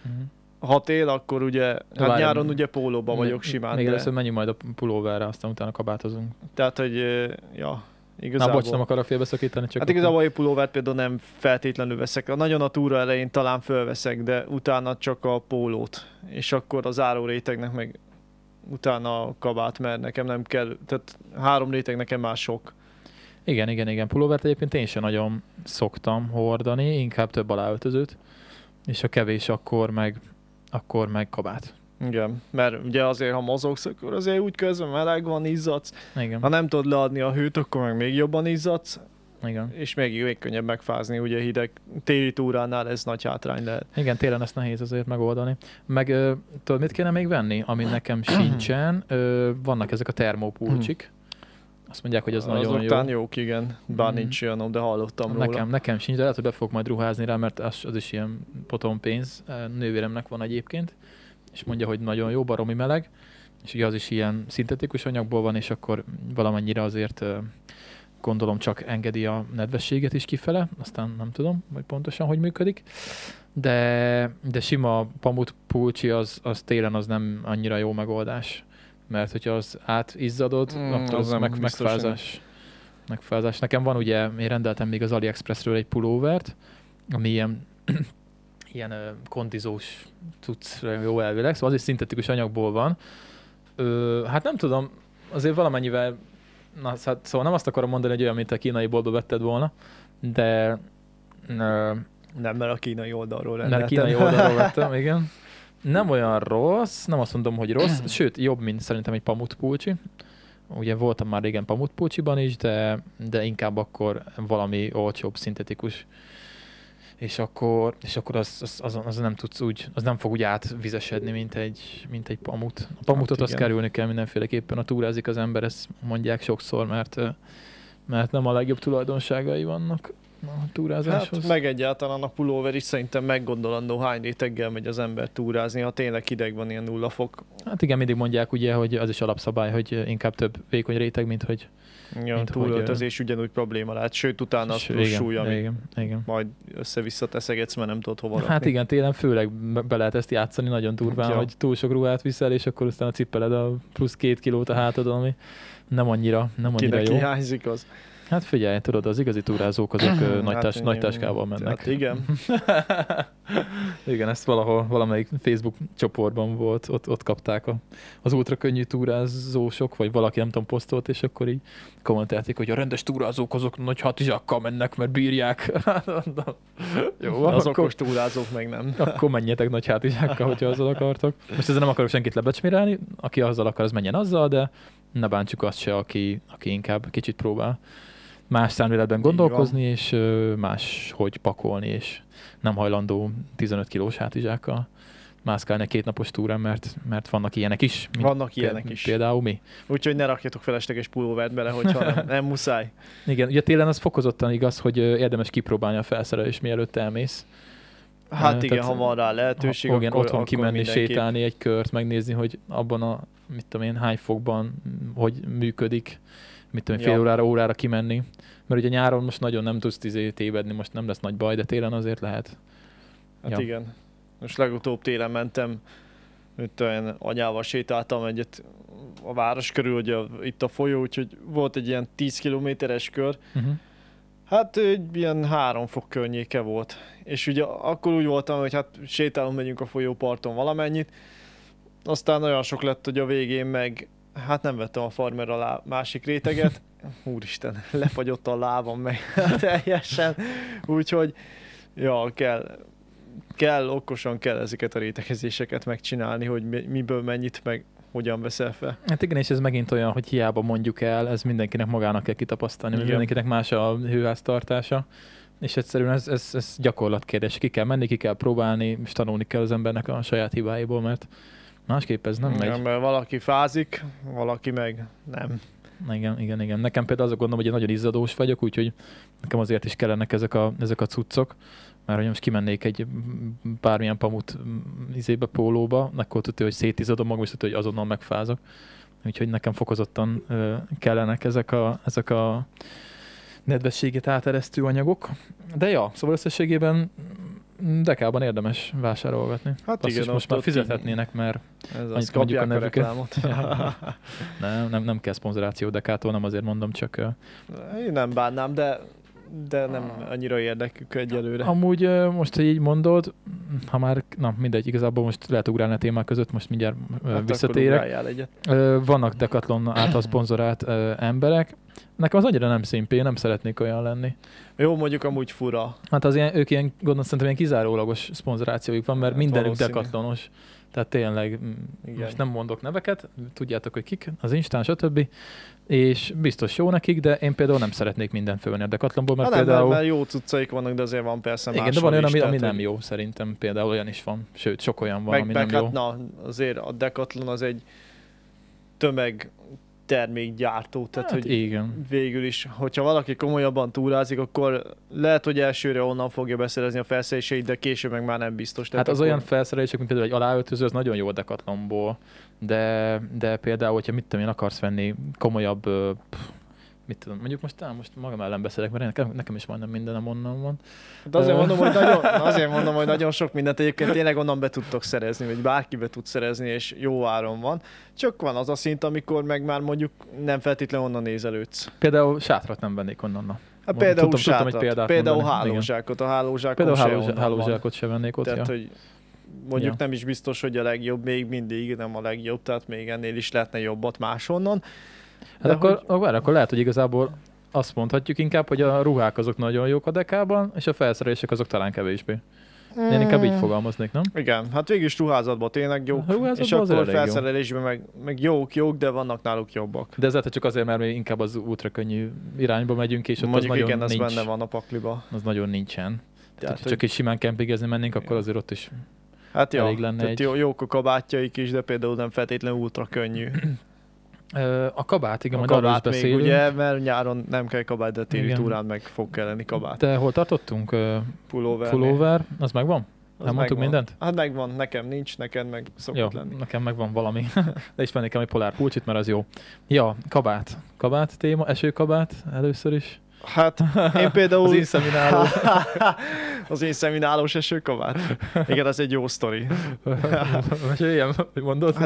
S2: Ha tél, akkor ugye, hát nyáron ugye pólóba vagyok simán.
S1: Még először menjünk majd a pulóverre, aztán utána kabátozunk.
S2: Tehát, hogy ja, igazából...
S1: Na bocs, nem akarok félbeszakítani, csak...
S2: Hát igazából egy pulóvert például nem feltétlenül veszek. Nagyon a túra elején talán fölveszek, de utána csak a pólót. És akkor az áró rétegnek meg utána a kabát, mert nekem nem kell, tehát 3 réteg nekem már sok.
S1: Igen. Pulóvert egyébként én sem nagyon szoktam hordani, inkább több aláöltözőt. És ha kevés, akkor meg kabát.
S2: Igen, mert ugye azért, ha mozogsz, akkor azért úgy közben meleg van, izzadsz.
S1: Igen.
S2: Ha nem tudod leadni a hőt, akkor meg még jobban izzadsz.
S1: Igen.
S2: És még könnyebb megfázni, ugye hideg téli túránál ez nagy hátrány lehet.
S1: Igen, télen ezt nehéz azért megoldani. Meg tudod, mit kéne még venni, ami nekem sincsen? Vannak ezek a termópulcsik. Azt mondják, hogy az nagyon jó.
S2: Azok jók, igen. Bár nincs olyanom, de hallottam róla.
S1: Nekem sincs, de lehet, hogy be fogok majd ruházni rá, mert az is ilyen potonpénz. Nővéremnek van egyébként, és mondja, hogy nagyon jó, baromi meleg, és ugye az is ilyen szintetikus anyagból van, és akkor valamennyire azért gondolom csak engedi a nedvességet is kifele, aztán nem tudom, hogy pontosan hogy működik, de sima pamutpulcsi az télen az nem annyira jó megoldás, mert hogyha az átizzadod, akkor az megfázás. Nekem van ugye, én rendeltem még az AliExpressről egy pulóvert, ami ilyen kondizós cuccra jó elvileg, szóval az is szintetikus anyagból van. Hát nem tudom, azért valamennyivel, szóval nem azt akarom mondani, hogy olyan, mint a kínai boltba vetted volna, de...
S2: Nem, mert a kínai oldalról rendeltem.
S1: Mert a kínai oldalról vettem, igen. Nem olyan rossz, nem azt mondom, hogy rossz, sőt, jobb, mint szerintem egy pamutpulcsi. Ugye voltam már régen pamutpulcsiban is, de inkább akkor valami olcsóbb, szintetikus. És akkor az nem tudsz úgy, az nem fog úgy átvizesedni, mint egy pamut. A pamutot azt kerülni kell mindenféleképpen, a túrázik az ember, ezt mondják sokszor, mert nem a legjobb tulajdonságai vannak a túrázáshoz.
S2: Hát meg egyáltalán a pulóver is szerintem meggondolandó, hány réteggel megy az ember túrázni, ha tényleg hideg van, ilyen 0 fok.
S1: Hát igen, mindig mondják ugye, hogy az is alapszabály, hogy inkább több vékony réteg, mint hogy...
S2: Ja, túlöltözés ugyanúgy probléma lehet, sőt utána az plusz súly, amit majd össze-vissza teszegetsz, mert nem tudod hova rakni.
S1: Hát igen, télen főleg be lehet ezt játszani nagyon durván, hogy túl sok ruhát viszel, és akkor aztán cipeled a plusz 2 kilót a hátadon, ami nem annyira
S2: kinek
S1: jó.
S2: hiányzik az.
S1: Hát figyelj, tudod, az igazi túrázók azok nagy táskával mennek.
S2: Hát igen.
S1: Igen, ezt valamelyik Facebook csoportban volt, ott kapták az ultrakönnyű túrázósok, vagy valaki nem tudom posztolt, és akkor így kommentálték, hogy a rendes túrázók azok nagy hátizsákkal mennek, mert bírják.
S2: Jó, az okos túrázók meg nem.
S1: Akkor menjetek nagy hátizsákkal, hogyha azzal akartok. Most ezzel nem akarok senkit lebecsmérelni, aki azzal akar, az menjen azzal, de ne bántsuk azt se, aki inkább kicsit próbál más szemléletben gondolkozni, és más hogy pakolni, és nem hajlandó 15 kilós hátizsákkal mászkálni a 2 napos túrán, mert vannak ilyenek is.
S2: Vannak ilyenek is.
S1: Például mi.
S2: Úgyhogy ne rakjatok felesleges pulóvert bele, hogyha nem muszáj.
S1: Igen, ugye télen az fokozottan igaz, hogy érdemes kipróbálni a felszerelést, mielőtt elmész.
S2: Hát igen, ha van rá lehetőség,
S1: igen,
S2: akkor
S1: otthon kimenni,
S2: mindenképp.
S1: sétálni egy kört, megnézni, hogy abban a, mit tudom én, hány fokban, hogy működik, mit tudom én, fél órára kimenni. Mert ugye nyáron most nagyon nem tudsz tévedni, most nem lesz nagy baj, de télen azért lehet.
S2: Hát igen. Most legutóbb télen mentem, olyan anyával sétáltam egyet a város körül, ugye itt a folyó, úgyhogy volt egy ilyen 10 kilométeres kör. Hát egy ilyen 3 fok környéke volt. És ugye akkor úgy voltam, hogy hát sétálunk, megyünk a folyóparton valamennyit. Aztán olyan sok lett, hogy a végén meg hát nem vettem a farmer alá másik réteget. Úristen, lefagyott a lábam meg teljesen. Úgyhogy ja, okosan kell ezeket a rétegezéseket megcsinálni, hogy miből mennyit, meg hogyan veszel fel.
S1: Hát igen, és ez megint olyan, hogy hiába mondjuk el, ez mindenkinek magának kell kitapasztalni, mert mindenkinek más a hőháztartása, és egyszerűen ez gyakorlatkérdés. Ki kell menni, ki kell próbálni, és tanulni kell az embernek a saját hibáiból, mert másképp ez nem megy.
S2: Igen, mert valaki fázik, valaki meg nem.
S1: Igen. Nekem például az a gondom, hogy én nagyon izzadós vagyok, úgyhogy nekem azért is kellenek ezek a cuccok, mert hogy most kimennék egy bármilyen pamut pólóba, akkor tudja, hogy szétizzadom magam, és tudja, hogy azonnal megfázok. Úgyhogy nekem fokozottan kellenek ezek a nedvességet áteresztő anyagok. De ja, szóval összességében Dekában érdemes vásárolgatni.
S2: Hát
S1: azt
S2: igen,
S1: most már fizethetnének, mert
S2: ez az, kapják a reklámot.
S1: nem kell szponzoráció Dekától, nem azért mondom, csak...
S2: Én nem bánnám, de nem annyira érdekük egyelőre.
S1: Amúgy most, hogy így mondod, ha már, mindegy, igazából most lehet ugrálni a témák között, most mindjárt visszatérek. Vannak Decathlon által szponzorált emberek. Nekem az annyira nem szimpé, nem szeretnék olyan lenni.
S2: Jó, mondjuk amúgy fura.
S1: Hát ők ilyen, gondolom, szerintem ilyen kizárólagos szponzorációjuk van, mert mindenük Decathlonos. Tehát tényleg, most nem mondok neveket, tudjátok, hogy kik, az Instán, stb. És biztos jó nekik, de én például nem szeretnék mindent fölvenni a Decathlonból, mert például...
S2: mert jó cuccaik vannak, de azért van persze máshol.
S1: Igen, de van olyan, ami nem jó, szerintem például olyan is van. Sőt, sok olyan van, ami nem jó.
S2: Hát, azért a Decathlon az egy tömeg termékgyártó, tehát
S1: hát
S2: hogy
S1: igen.
S2: Végül is, hogyha valaki komolyabban túrázik, akkor lehet, hogy elsőre onnan fogja beszerezni a felszereléseit, de később meg már nem biztos.
S1: Hát az olyan felszerelések, mint például egy aláöltöző, az nagyon jó a Decathlonból, de például, hogyha mit tudom én, akarsz venni komolyabb, mit tudom, mondjuk most magam ellen beszélek, mert nekem is majdnem mindenem onnan van.
S2: De azért mondom, hogy nagyon sok mindent egyébként tényleg onnan be tudtok szerezni, vagy bárki be tud szerezni, és jó áron van. Csak van az a szint, amikor meg már mondjuk nem feltétlenül onnan nézelődsz.
S1: Például sátrat nem vennék onnan.
S2: Hát például sátrat, például hálózsákot, a
S1: hálózsákot se vennék ott.
S2: Tehát, hogy mondjuk nem is biztos, hogy a legjobb, még mindig nem a legjobb, tehát még ennél is lehetne jobbat máshonnan.
S1: Hát akkor lehet, hogy igazából azt mondhatjuk inkább, hogy a ruhák azok nagyon jók a Decában, és a felszerelések azok talán kevésbé. Én inkább így fogalmaznék, nem?
S2: Igen, hát végül is ruházatban tényleg jók, és akkor felszerelésben meg jók, de vannak náluk jobbak.
S1: De ez lehet, csak azért, mert mi inkább az ultra könnyű irányba megyünk, és ott
S2: mondjuk
S1: az nagyon
S2: igen,
S1: nincs.
S2: ez benne van a pakliba.
S1: Az nagyon nincsen. Tehát, csak egy simán kempigezni mennénk, akkor azért ott is elég lenne
S2: tehát jók a kabátjaik is, de például nem feltétlenül ultra könnyű.
S1: A kabát, igen,
S2: majd arról is beszélünk. Ugye, mert nyáron nem kell kabát, de téli túrán meg fog kelleni kabát.
S1: De hol tartottunk? Pulóver. Az megvan? Elmondtuk mindent?
S2: Hát megvan, nekem nincs, neked meg szokott lenni.
S1: Nekem megvan valami. De is vennék egy polár pulcsit, mert az jó. Ja, kabát. Kabát téma, esőkabát először is.
S2: Hát én például...
S1: Az én szemináló.
S2: Az én szeminálós esőkabát? Igen, az egy jó sztori.
S1: Meséljem, hogy mondod?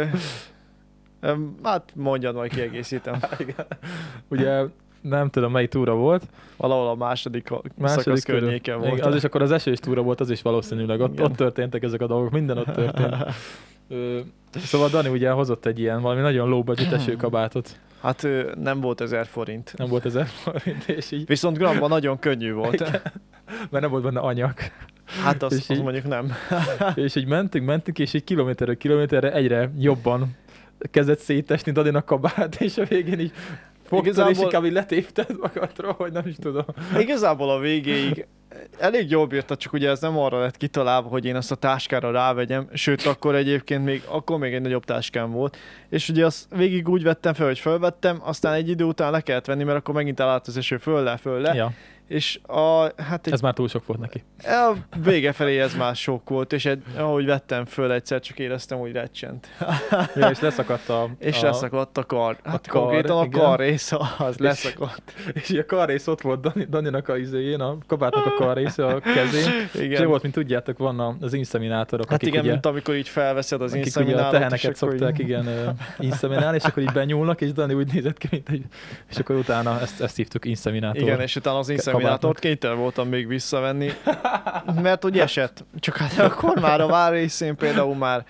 S2: Hát mondjad, majd kiegészítem.
S1: Ugye nem tudom, melyik túra volt.
S2: Valahol a második szakasz környéken volt.
S1: Az is akkor az esős túra volt, az is valószínűleg. Ott történtek ezek a dolgok, minden ott történt. Szóval Dani ugye hozott egy ilyen valami nagyon low budget esőkabátot.
S2: Hát nem volt 1000 forint.
S1: Nem volt 1000 forint, és így...
S2: Viszont gramban nagyon könnyű volt.
S1: Igen, mert nem volt benne anyag.
S2: Hát az mondjuk nem.
S1: És így mentünk, és így kilométerről kilométerre egyre jobban kezdett szétesni Daninak kabát, és a végén így fogtad, és inkább így letépted magadról, hogy nem is tudom.
S2: Igazából a végéig elég jól bírta, csak ugye ez nem arra lett kitalálva, hogy én azt a táskára rávegyem, sőt akkor egyébként még egy nagyobb táskám volt, és ugye azt végig úgy vettem fel, hogy fölvettem, aztán egy idő után le kellett venni, mert akkor megint elállt az eső föl le,
S1: Ja.
S2: és
S1: Ez már túl sok volt neki.
S2: a vége felé ez már sok volt, és ahogy vettem föl egyszer, csak éreztem, hogy recsent.
S1: Ja, és leszakadt
S2: leszakadt a kar. Hát
S1: kar,
S2: konkrétan a
S1: igen.
S2: karrész az leszakadt.
S1: És a karrész ott volt Daninak a izéjén, a kabátnak a karrésze a kezén. És volt, mint tudjátok, van az inszeminátorok,
S2: hát igen,
S1: ugye,
S2: mint amikor így felveszed az
S1: akik ugye
S2: inszeminálót.
S1: a teheneket szokták inszeminálni, és akkor így benyúlnak, és Dani úgy nézett ki, mint egy, és akkor utána ezt hívtuk inszeminátor.
S2: Igen, és utána az inszeminátort kénytelen voltam még visszavenni, mert úgy esett. Csak hát akkor már a vár részén például már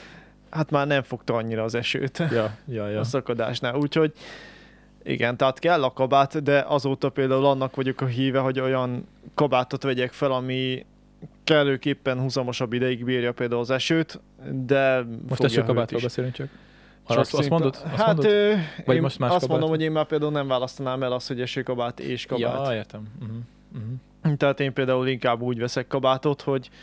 S2: nem fogta annyira az esőt
S1: Ja.
S2: a szakadásnál. Úgyhogy igen, tehát kell a kabát, de azóta például annak vagyok a híve, hogy olyan kabátot vegyek fel, ami kellőképpen húzamosabb ideig bírja például az esőt, de
S1: most esőkabátról beszélünk csak. Azt mondod?
S2: Vagy
S1: most más
S2: azt
S1: kabát?
S2: mondom, hogy én már például nem választanám el azt, hogy esőkabát és kabát.
S1: Ja, értem.
S2: Tehát én például inkább úgy veszek kabátot,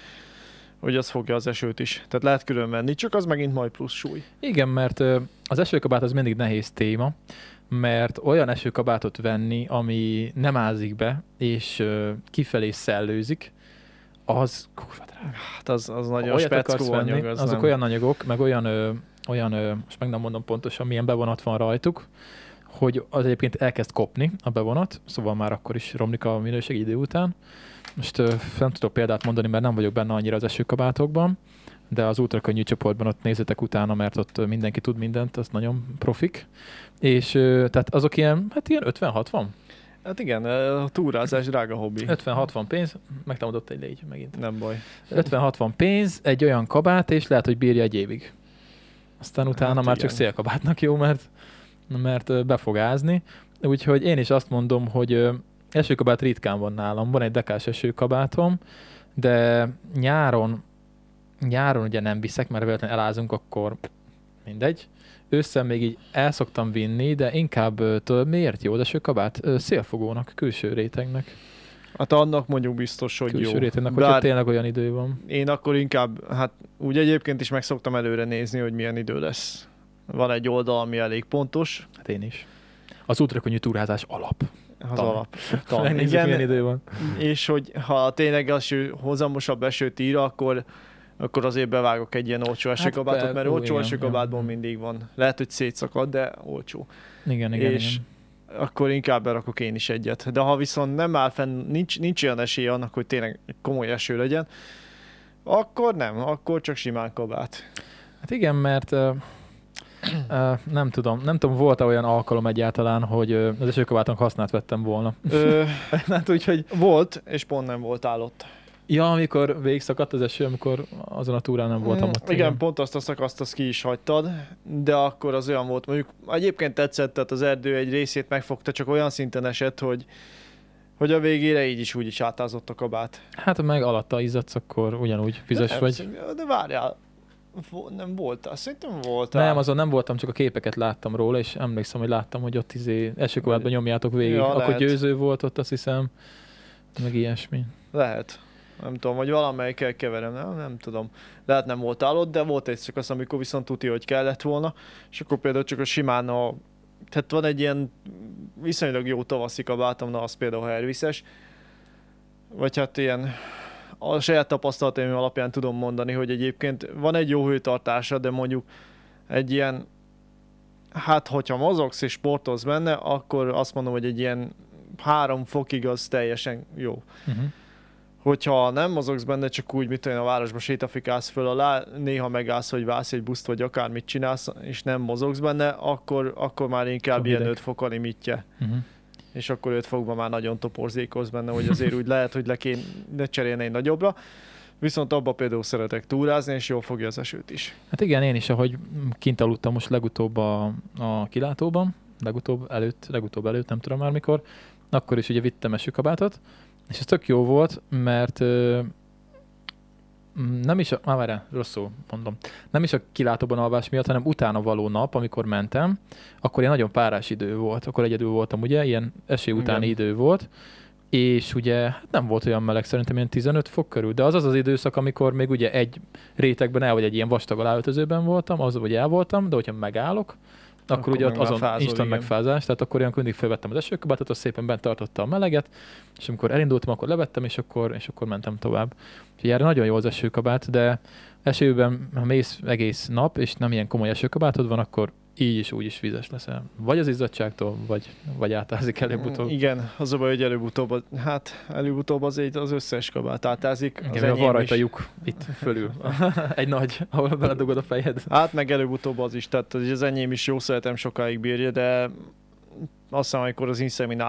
S2: hogy az fogja az esőt is. Tehát lehet külön venni, csak az megint majd plusz súly.
S1: Igen, mert az esőkabát az mindig nehéz téma, mert olyan esőkabátot venni, ami nem ázik be, és kifelé szellőzik, az kurva drága.
S2: Hát az nagyon speckó anyag.
S1: Azok nem. Olyan anyagok, meg olyan, most meg nem mondom pontosan, milyen bevonat van rajtuk, hogy az egyébként elkezd kopni a bevonat, szóval már akkor is romlik a minőség idő után. Most nem tudok példát mondani, mert nem vagyok benne annyira az esőkabátokban, de az ultrakönnyű csoportban ott nézzetek utána, mert ott mindenki tud mindent, az nagyon profik. És tehát azok ilyen 50-60?
S2: Hát igen, a túrázás drága hobbi.
S1: 50-60 pénz, megtámadott egy légy megint.
S2: Nem baj.
S1: 50-60 pénz, egy olyan kabát, és lehet, hogy bírja egy évig. Aztán utána már
S2: igen.
S1: csak szélkabátnak jó, mert be fog ázni. Úgyhogy én is azt mondom, hogy esőkabát ritkán van nálam. Van egy dekás esőkabátom, de nyáron ugye nem viszek, mert véletlenül elázunk, akkor mindegy. Ősszel még így el szoktam vinni, de inkább miért jó az esőkabát? Szélfogónak, külső rétegnek.
S2: Hát annak mondjuk biztos, hogy
S1: külső
S2: jó.
S1: rétegnek, hogyha tényleg olyan idő van.
S2: Én akkor inkább, úgy egyébként is meg szoktam előre nézni, hogy milyen idő lesz. Van egy oldal, ami elég pontos.
S1: Hát én is. Az ultrakönnyű túrázás alap.
S2: Az alap.
S1: Megnézzük, milyen idő van.
S2: És hogy ha tényleg hozamosabb esőt ír, akkor azért bevágok egy ilyen olcsó esőkabátot, mert olcsó esőkabátban mindig van. Lehet, hogy szétszakad, de olcsó.
S1: Igen.
S2: És akkor inkább berakok én is egyet. De ha viszont nem áll fenn, nincs olyan esély annak, hogy tényleg komoly eső legyen, akkor nem, akkor csak simán kabát.
S1: Hát igen, mert nem tudom, volt-e olyan alkalom egyáltalán, hogy az esőkabáton hasznát vettem volna. Hát úgyhogy...
S2: Volt, és pont nem volt állott.
S1: Ja, amikor végigszakadt az eső, amikor azon a túrán nem voltam ott.
S2: Igen, pont azt a szakaszt azt ki is hagytad, de akkor az olyan volt, mondjuk egyébként tetszett, tehát az erdő egy részét megfogta, csak olyan szinten esett, hogy a végére így is úgy is átázott a kabát.
S1: Hát meg alatta izzadsz, akkor ugyanúgy füzes vagy.
S2: De várjál, nem voltál? Szerintem voltál.
S1: Nem, azon nem voltam, csak a képeket láttam róla, és emlékszem, hogy láttam, hogy ott esőkabátban nyomjátok végig.
S2: Ja,
S1: akkor
S2: lehet.
S1: Győző volt ott, azt hiszem, meg ilyesmi.
S2: Lehet. Nem tudom, vagy valamelyikkel keverem, nem tudom. Lehet nem voltál ott, de volt egy szakasz, amikor viszont tuti, hogy kellett volna, és akkor például csak a simán tehát van egy ilyen viszonylag jó tavaszi kabátom, az például herviszes, vagy hát ilyen a saját tapasztalataim alapján tudom mondani, hogy egyébként van egy jó hőtartása, de mondjuk egy ilyen, hogyha mozogsz és sportolsz benne, akkor azt mondom, hogy egy ilyen 3 fokig az teljesen jó.
S1: Uh-huh.
S2: Hogyha nem mozogsz benne, csak úgy, mint olyan a városba sétafikálsz föl alá, néha megállsz, hogy válsz egy buszt, vagy akármit csinálsz, és nem mozogsz benne, akkor már inkább ilyen 5 fok a limitje. Uh-huh. És akkor 5 fokban már nagyon toporzékolsz benne, hogy azért úgy lehet, hogy ne cserélne egy nagyobbra. Viszont abba például szeretek túrázni, és jól fogja az esőt is.
S1: Hát igen, én is, ahogy kint aludtam most legutóbb a kilátóban, legutóbb előtt, nem tudom már mikor, akkor is ugye vittem esőkabátot, és ez tök jó volt, mert nem is a kilátóban alvás miatt, hanem utána való nap, amikor mentem, akkor ilyen nagyon párás idő volt, akkor egyedül voltam, ugye, ilyen eső utáni idő volt, és ugye hát nem volt olyan meleg, szerintem ilyen 15 fok körül, de az az időszak, amikor még ugye egy rétegben vagy egy ilyen vastag aláöltözőben voltam, az vagy el voltam, de hogyha megállok, akkor ugye ott azon
S2: fázol,
S1: instant
S2: igen.
S1: megfázás, tehát akkor olyankor mindig felvettem az esőkabátot, az szépen bent tartotta a meleget, és amikor elindultam, akkor levettem, és akkor mentem tovább. Úgyhogy erre nagyon jó az esőkabát, de esőben, ha mész egész nap, és nem ilyen komoly esőkabátod van, akkor így is úgy is vizes leszel. Vagy az izzadságtól, vagy átázik előbb-utóbb.
S2: Igen, az a baj, hogy előbb-utóbb az összes kabát átázik. Az
S1: Igen, van
S2: enyém
S1: rajta
S2: is.
S1: lyuk itt fölül. Egy nagy, ahol beledugod a fejed.
S2: Hát meg előbb-utóbb az is, tehát az enyém is jó szeretem sokáig bírja, de azt hiszem, amikor az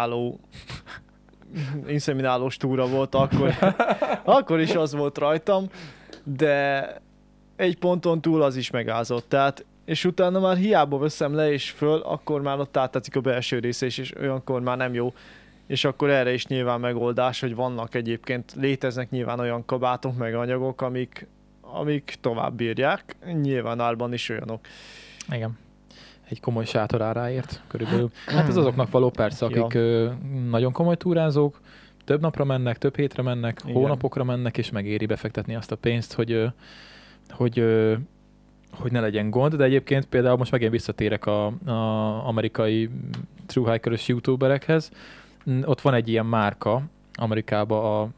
S2: inszeminálós túra volt, akkor is az volt rajtam, de egy ponton túl az is megázott. Tehát, és utána már hiába veszem le és föl, akkor már ott átátszik a belső része is, és olyankor már nem jó. És akkor erre is nyilván megoldás, hogy vannak egyébként, léteznek nyilván olyan kabátok, meg anyagok, amik tovább bírják, nyilván árban is olyanok.
S1: Igen. Egy komoly sátor áráért körülbelül. Hát ez azoknak való persze, akik nagyon komoly túrázók, több napra mennek, több hétre mennek,
S2: igen,
S1: hónapokra mennek, és megéri befektetni azt a pénzt, hogy ne legyen gond, de egyébként például most megint visszatérek a amerikai true hiker-ös youtuberekhez. Ott van egy ilyen márka Amerikában, a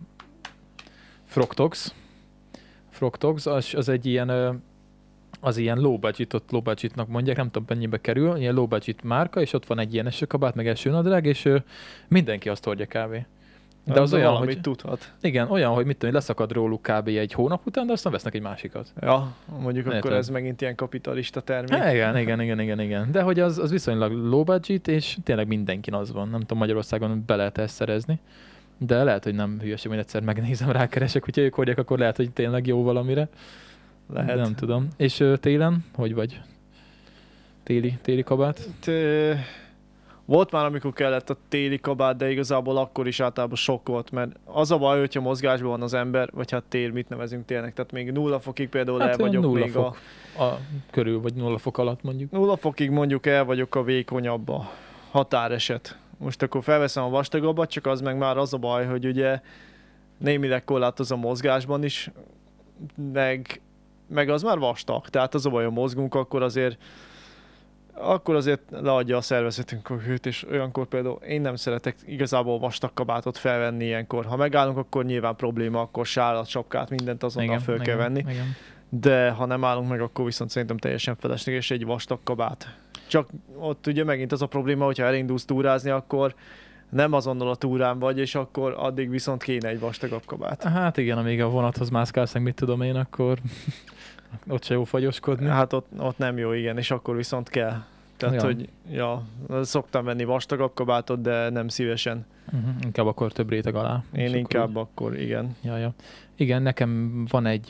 S1: Frogtox, az egy ilyen az ilyen low budget, ott low budgetnak mondják, nem tudom mennyibe kerül, ilyen low budget márka, és ott van egy ilyen esőkabát, meg esőnadrág, és mindenki azt hordja kb. De az olyan, hogy
S2: tudhat.
S1: Igen, olyan, hogy mit tudom, leszakad róluk kb. Egy hónap után, de aztán vesznek egy másikat.
S2: Ja, mondjuk
S1: Érted?
S2: akkor ez megint ilyen kapitalista termék.
S1: Há, igen. De hogy az viszonylag low budget, és tényleg mindenkin az van. Nem tudom, Magyarországon be lehet ezt szerezni. De lehet, hogy nem hülyeség, hogy egyszer megnézem, rákeresek, hogyha ők hordják, akkor lehet, hogy tényleg jó valamire.
S2: Lehet.
S1: De nem tudom. És télen? Hogy vagy? Téli kabát?
S2: Volt már, amikor kellett a téli kabát, de igazából akkor is általában sok volt, mert az a baj, hogyha mozgásban van az ember, vagy hát tél, mit nevezünk télnek, tehát még 0 fokig például
S1: Hát
S2: el vagyok
S1: 0
S2: még
S1: fok körül, vagy 0 fok alatt mondjuk.
S2: 0 fokig mondjuk el vagyok a vékonyabb a határeset. Most akkor felveszem a vastagabbat, csak az meg már az a baj, hogy ugye némileg korlátoz a mozgásban is, meg az már vastag, tehát az a baj, ha mozgunk, akkor azért leadja a szervezetünk a hőt, és olyankor például én nem szeretek igazából vastag kabátot felvenni ilyenkor. Ha megállunk, akkor nyilván probléma, akkor sálat, sapkát, mindent azonnal föl kell venni.
S1: Igen.
S2: De ha nem állunk meg, akkor viszont szerintem teljesen felesleges egy vastag kabát. Csak ott ugye megint az a probléma, hogyha elindulsz túrázni, akkor nem azonnal a túrán vagy, és akkor addig viszont kéne egy vastagabb kabát.
S1: Hát igen, amíg a vonathoz mászkálsz, meg mit tudom én, akkor ott se jó fagyoskodni.
S2: Hát ott nem jó, igen, és akkor viszont kell. Tehát, hogy szoktam venni vastagabb kabátot, de nem szívesen.
S1: Inkább akkor több réteg alá.
S2: Én inkább akkor, igen.
S1: Ja. Igen, nekem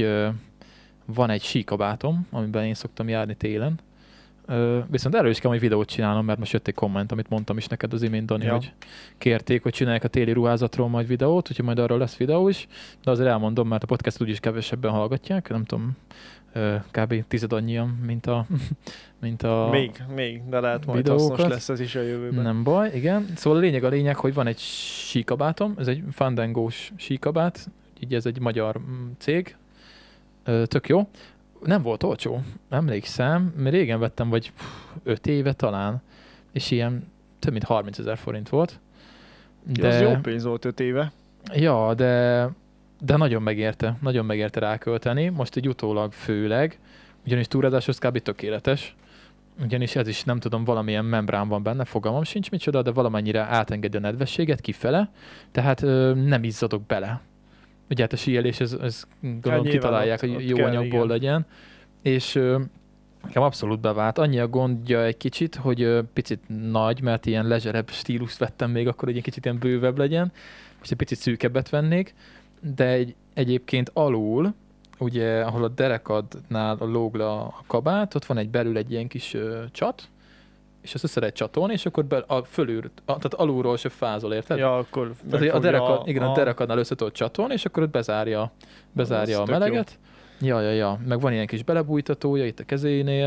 S1: van egy síkabátom, amiben én szoktam járni télen. Viszont erről is kell majd videót csinálnom, mert most jött egy komment, amit mondtam is neked az imént, Dani, hogy kérték, hogy csinálják a téli ruházatról majd videót, úgyhogy majd arról lesz videó is, de azért elmondom, mert a podcast úgyis kevesebben hallgatják, nem tudom, kb. 10 annyian, mint a
S2: Még, de lehet majd
S1: videókat.
S2: hasznos lesz ez is a jövőben.
S1: Nem baj, igen. Szóval a lényeg, hogy van egy síkabátom, ez egy Fandangós síkabát, így ez egy magyar cég, tök jó. Nem volt olcsó, emlékszem, mert régen vettem, vagy 5 éve talán, és ilyen több mint 30 000 forint volt.
S2: De az jó pénz volt 5 éve.
S1: Ja, de nagyon megérte rákölteni, most egy utólag főleg, ugyanis túrázáshoz kb. Tökéletes, ugyanis ez is nem tudom, valamilyen membrán van benne, fogalmam sincs micsoda, de valamennyire átengedi a nedvességet kifele, tehát nem izzadok bele. Ugye hát a síelés, ez gondolom kitalálják, hogy jó anyagból legyen, és nekem abszolút bevált. Annyi a gondja egy kicsit, hogy picit nagy, mert ilyen lezserebb stílust vettem még akkor, hogy egy kicsit ilyen bővebb legyen, most egy picit szűkebbet vennék, de egyébként alul, ugye ahol a derekadnál lóg le a kabát, ott van belül egy ilyen kis csat, és azt össze lehet csatolni, és akkor tehát alulról se fázol, érted?
S2: Ja, akkor
S1: tehát a derekadnál össze tudod csatolni, és akkor ott bezárja a meleget. Ja. Meg van ilyen kis belebújtatója itt a kezénél,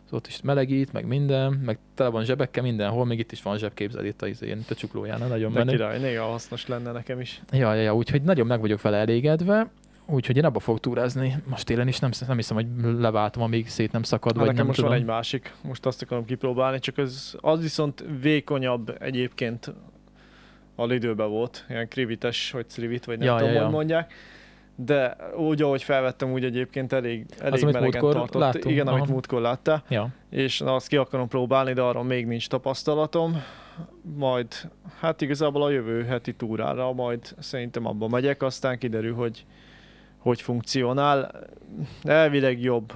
S1: ott is melegít, meg minden, meg tele van zsebekkel mindenhol, még itt is van zseb, képzeld itt a csuklójánál, nagyon
S2: De
S1: menő.
S2: király, néha hasznos lenne nekem is.
S1: Ja, úgyhogy nagyon meg vagyok vele elégedve, úgyhogy én abba fogok túrázni. Most télen is nem hiszem, hogy leváltom, amíg szét nem szakad, vagy
S2: Nekem
S1: nem
S2: most
S1: tudom.
S2: van egy másik, most azt akarom kipróbálni, csak az viszont vékonyabb egyébként a Lidlben volt, ilyen krivites, vagy crivit, vagy nem tudom, hogy mondják. De úgy, ahogy felvettem, úgy egyébként elég melegen tartott.
S1: Láttunk.
S2: Igen, amit múltkor láttál.
S1: Ja.
S2: És azt ki akarom próbálni, de arra még nincs tapasztalatom. Majd, hát igazából a jövő heti túrára majd szerintem abba megyek, aztán kiderül, hogy funkcionál. Elvileg jobb,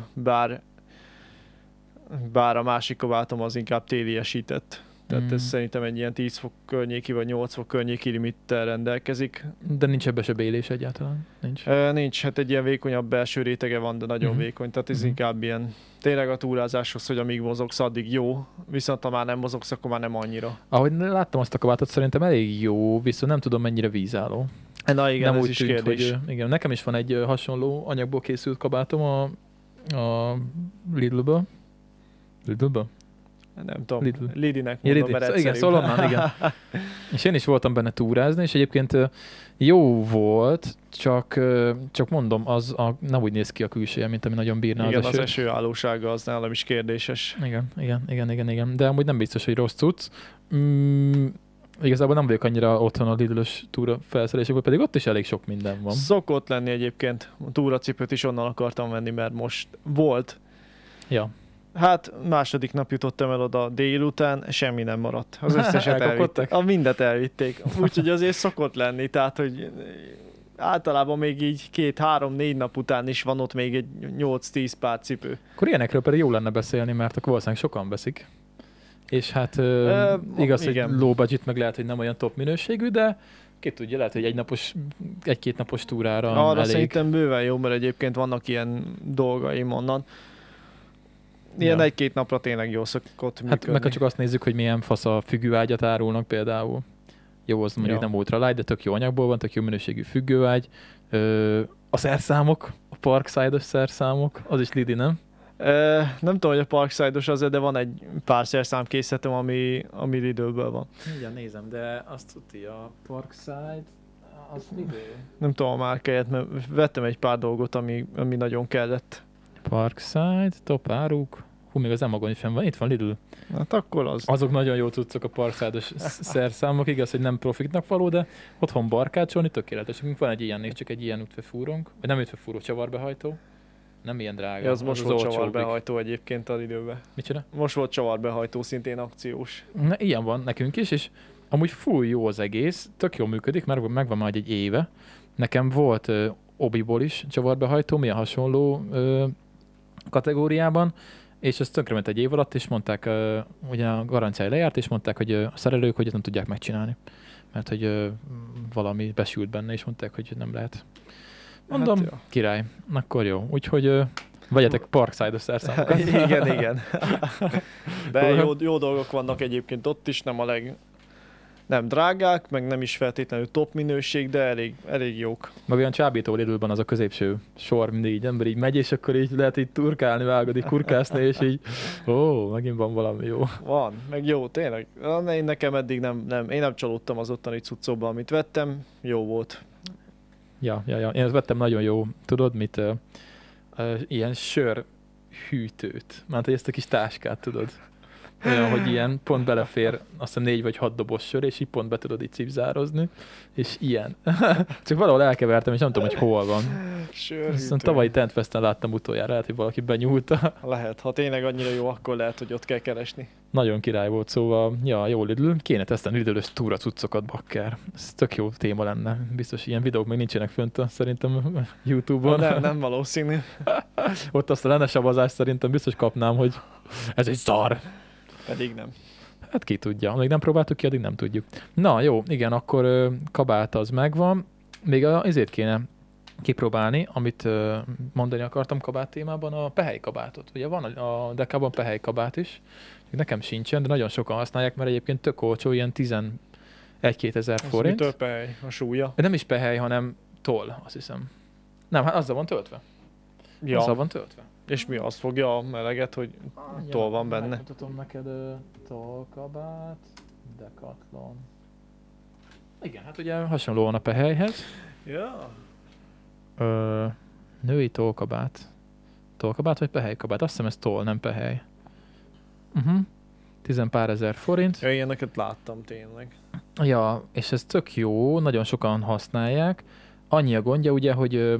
S2: bár a másik kabátom az inkább téliesített. Tehát ez szerintem egy ilyen 10 fok környéki vagy 8 fok környéki limittel rendelkezik.
S1: De nincs ebbe se bélés egyáltalán? Nincs?
S2: Nincs, hát egy ilyen vékonyabb belső rétege van, de nagyon vékony. Tehát ez inkább ilyen tényleg a túrázáshoz, hogy amíg mozogsz, addig jó, viszont ha már nem mozogsz, akkor már nem annyira.
S1: Ahogy láttam azt a kabátot, szerintem elég jó, viszont nem tudom mennyire vízálló.
S2: Na igen,
S1: nem
S2: ez
S1: úgy
S2: is
S1: tűnt,
S2: kérdés.
S1: hogy, igen, nekem is van egy hasonló anyagból készült kabátom a Lidlből. Lidlből?
S2: Nem tudom,
S1: Lidl.
S2: Lidinek
S1: Ja,
S2: mondom, mert
S1: igen,
S2: egyszerűbb.
S1: szóval onnan, igen. És én is voltam benne túrázni, és egyébként jó volt, csak mondom, nem úgy néz ki a külsője, mint ami nagyon bírná
S2: igen,
S1: az eső.
S2: az esőállósága az nálam is kérdéses.
S1: Igen. De amúgy nem biztos, hogy rossz cucc. Igazából nem vagyok annyira otthon a Lidl-ös túra felszerelésekből, pedig ott is elég sok minden van.
S2: Szokott lenni egyébként. A túracipőt is onnan akartam venni, mert most volt.
S1: Ja.
S2: Hát második nap jutottam el oda délután, semmi nem maradt. Az összeset elvitték. Mindet elvitték. Úgyhogy azért szokott lenni, tehát hogy általában még így 2-3-4 nap után is van ott még egy 8-10 pár cipő.
S1: Akkor ilyenekről pedig jó lenne beszélni, mert akkor valószínűleg sokan veszik. És hát igaz,
S2: igen.
S1: hogy low budget, meg lehet, hogy nem olyan top minőségű, de ki tudja, lehet, hogy egy-két napos túrára
S2: arra
S1: elég.
S2: szerintem bőven jó, mert egyébként vannak ilyen dolgaim onnan. Ilyen egy-két napra tényleg jól szokott működni.
S1: Hát meg ha csak azt nézzük, hogy milyen fasz a függőágyat árulnak például. Jó, az mondjuk nem ultralight, de tök jó anyagból van, tök jó minőségű függőágy. A szerszámok, a Parkside-os szerszámok, az is Lidi, nem?
S2: Nem tudom, hogy a Parkside-os az, de van egy pár szerszámkészletem, ami Lidlből van.
S1: Igen, nézem, de azt tudja, a Parkside, az Lidi.
S2: Nem tudom a márkáját, mert vettem egy pár dolgot, ami nagyon kellett.
S1: Parkside, top áruk. Hú, még az Amagon is fenn van. Itt van Lidl.
S2: Hát akkor az.
S1: Azok nagyon jó cuccok a Parkside-os szerszámok. Igaz, hogy nem profitnak való, de otthon barkácsolni tökéletes. Van egy ilyen, csak egy ilyen útfőfúrónk. Vagy nem útfőfúró, csavarbehajtó. Nem ilyen drága.
S2: Ja, az most volt csavarbehajtó egyébként a Lidlbe.
S1: Micsoda?
S2: Most volt csavarbehajtó, szintén akciós.
S1: Na, ilyen van nekünk is, és amúgy full jó az egész. Tök jól működik, mert megvan már egy éve. Nekem volt Obiból is csavarbehajtó, milyen hasonló kategóriában, és ez tönkrement egy év alatt, és mondták, ugye a garanciája lejárt, és mondták, hogy a szerelők, hogy ezt nem tudják megcsinálni. Mert hogy valami besült benne, és mondták, hogy nem lehet. Mondom, hát király, akkor jó. Úgyhogy vegyetek Parkside-os szerszámokat.
S2: Igen. De jó dolgok vannak egyébként ott is, nem drágák, meg nem is feltétlenül top minőség, de elég jók.
S1: Meg olyan csábító Lidlben az a középső sor, mindig így ember így megy, és akkor így lehet így turkálni, vágod, így kurkászni, és így megint van valami jó.
S2: Van, meg jó, tényleg. Én nekem eddig én nem csalódtam az ottani cuccokba, amit vettem, jó volt.
S1: Ja. Én ezt vettem nagyon jó, tudod mit? Ilyen sörhűtőt. Már hogy ezt a kis táskát, tudod? Olyan, hogy ilyen pont belefér, azt hiszem 4 vagy 6 doboz sör, és így pont be tudod így cipzározni, és ilyen. Csak valahol elkevertem, és nem tudom, hogy hol van. Aztán tavalyi Tentfesten láttam utoljára, lehet, hogy valaki benyúlta.
S2: Lehet, ha tényleg annyira jó, akkor lehet, hogy ott kell keresni.
S1: Nagyon király volt, szóval, jó Lidl. Kéne tesztelni Lidl-ös túra cuccokat, bakker. Ez tök jó téma lenne. Biztos ilyen videók még nincsenek fönt szerintem YouTube-on.
S2: Nem valószínű.
S1: Ott azt a lenesavazás szerintem biztos kapnám, hogy ez egy szar.
S2: Pedig nem.
S1: Hát ki tudja. Még nem próbáltuk ki, addig nem tudjuk. Na jó, igen, akkor kabát az megvan. Még azért kéne kipróbálni, amit mondani akartam kabát témában, a pehely kabátot. Ugye van a Dekában pehely kabát is, nekem sincsen, de nagyon sokan használják, mert egyébként tök olcsó, ilyen 11-2 ezer forint.
S2: Mitől pehely? A súlya?
S1: Nem is pehely, hanem toll, azt hiszem. Nem, hát azzal van töltve.
S2: Ja.
S1: Azzal van töltve.
S2: És mi azt fogja a meleget, hogy toll van benne?
S1: Megmutatom neked tollkabát, Decathlon. Igen, hát ugye hasonlóan a pehelyhez.
S2: Ja.
S1: Női tollkabát. Tollkabát vagy pehelykabát? Azt hiszem ez toll, nem pehely. 10 pár ezer forint.
S2: Ja, ilyeneket láttam tényleg.
S1: Ja, és ez tök jó, nagyon sokan használják. Annyi a gondja ugye,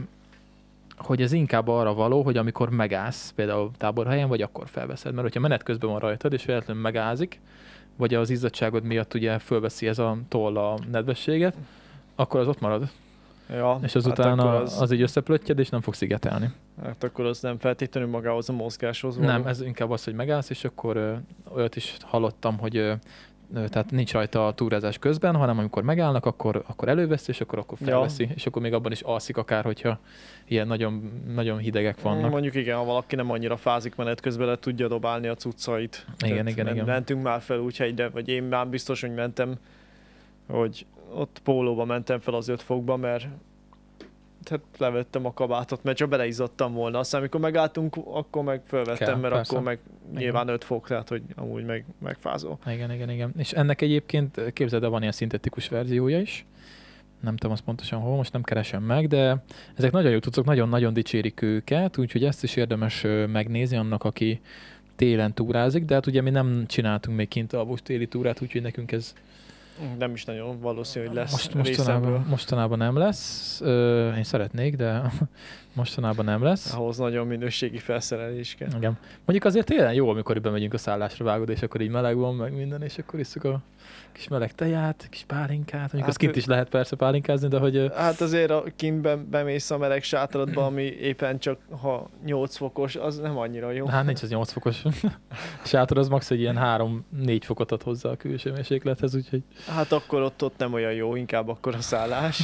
S1: hogy ez inkább arra való, hogy amikor megállsz, például táborhelyen, vagy akkor felveszed. Mert hogyha menet közben van rajtad, és véletlenül megázik, vagy az izzadságod miatt ugye fölveszi ez a toll a nedvességet, akkor az ott marad.
S2: Ja,
S1: És azután az így összeplöttyed, és nem fog szigetelni.
S2: Hát akkor az nem feltétlenül magához a mozgáshoz való.
S1: Nem, ez inkább az, hogy megállsz, és akkor olyat is hallottam, hogy tehát nincs rajta a túrázás közben, hanem amikor megállnak, akkor előveszi, és akkor felveszi. Ja. És akkor még abban is alszik akár, hogyha ilyen nagyon, nagyon hidegek vannak.
S2: Mondjuk igen, ha valaki nem annyira fázik menet közben, le tudja dobálni a cuccait.
S1: Igen.
S2: Mentünk már fel Újhegyre, vagy én már biztos, hogy mentem, hogy ott pólóba mentem fel az 5 fokba, mert hát levettem a kabátot, mert csak beleizzadtam volna. Aztán amikor megálltunk, akkor meg felvettem, mert persze. Akkor meg nyilván 5 fok, tehát hogy amúgy megfázol.
S1: Igen. És ennek egyébként képzeld, van ilyen szintetikus verziója is. Nem tudom azt pontosan hol, most nem keresem meg, de ezek nagyon jó cuccok, nagyon-nagyon dicsérik őket, úgyhogy ezt is érdemes megnézni annak, aki télen túrázik, de hát ugye mi nem csináltunk még kint alvós téli túrát, úgyhogy nekünk ez
S2: nem is nagyon valószínű, hogy lesz
S1: mostanában nem lesz. Én szeretnék, de mostanában nem lesz.
S2: Ahhoz nagyon minőségi felszerelés kell.
S1: Igen. Mondjuk azért tényleg jó, amikor bemegyünk a szállásra, vágod, és akkor így meleg van, meg minden, és akkor isszuk a kis meleg teját, kis pálinkát. Mondjuk hát, az kint is lehet persze pálinkázni, de hogy...
S2: Hát azért kint bemész a meleg sátorodba, ami éppen csak ha 8 fokos, az nem annyira jó.
S1: Hát nincs az 8 fokos. Sátor az max. Egy ilyen 3-4 fokot ad hozzá a külső mérséklethez, úgyhogy...
S2: Hát akkor ott nem olyan jó, inkább akkor a szállás.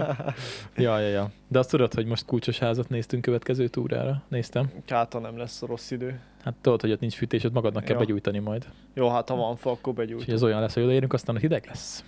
S1: Ja. De azt tudod, hogy most Kulcsos házat néztünk következő túrára? Néztem.
S2: Hát, ha nem lesz rossz idő.
S1: Hát tudod, hogy ott nincs fűtés, ott magadnak kell begyújtani majd.
S2: Jó, hát ha van fa, akkor begyújtunk.
S1: És ez olyan lesz, hogy odaérünk, aztán hogy hideg lesz.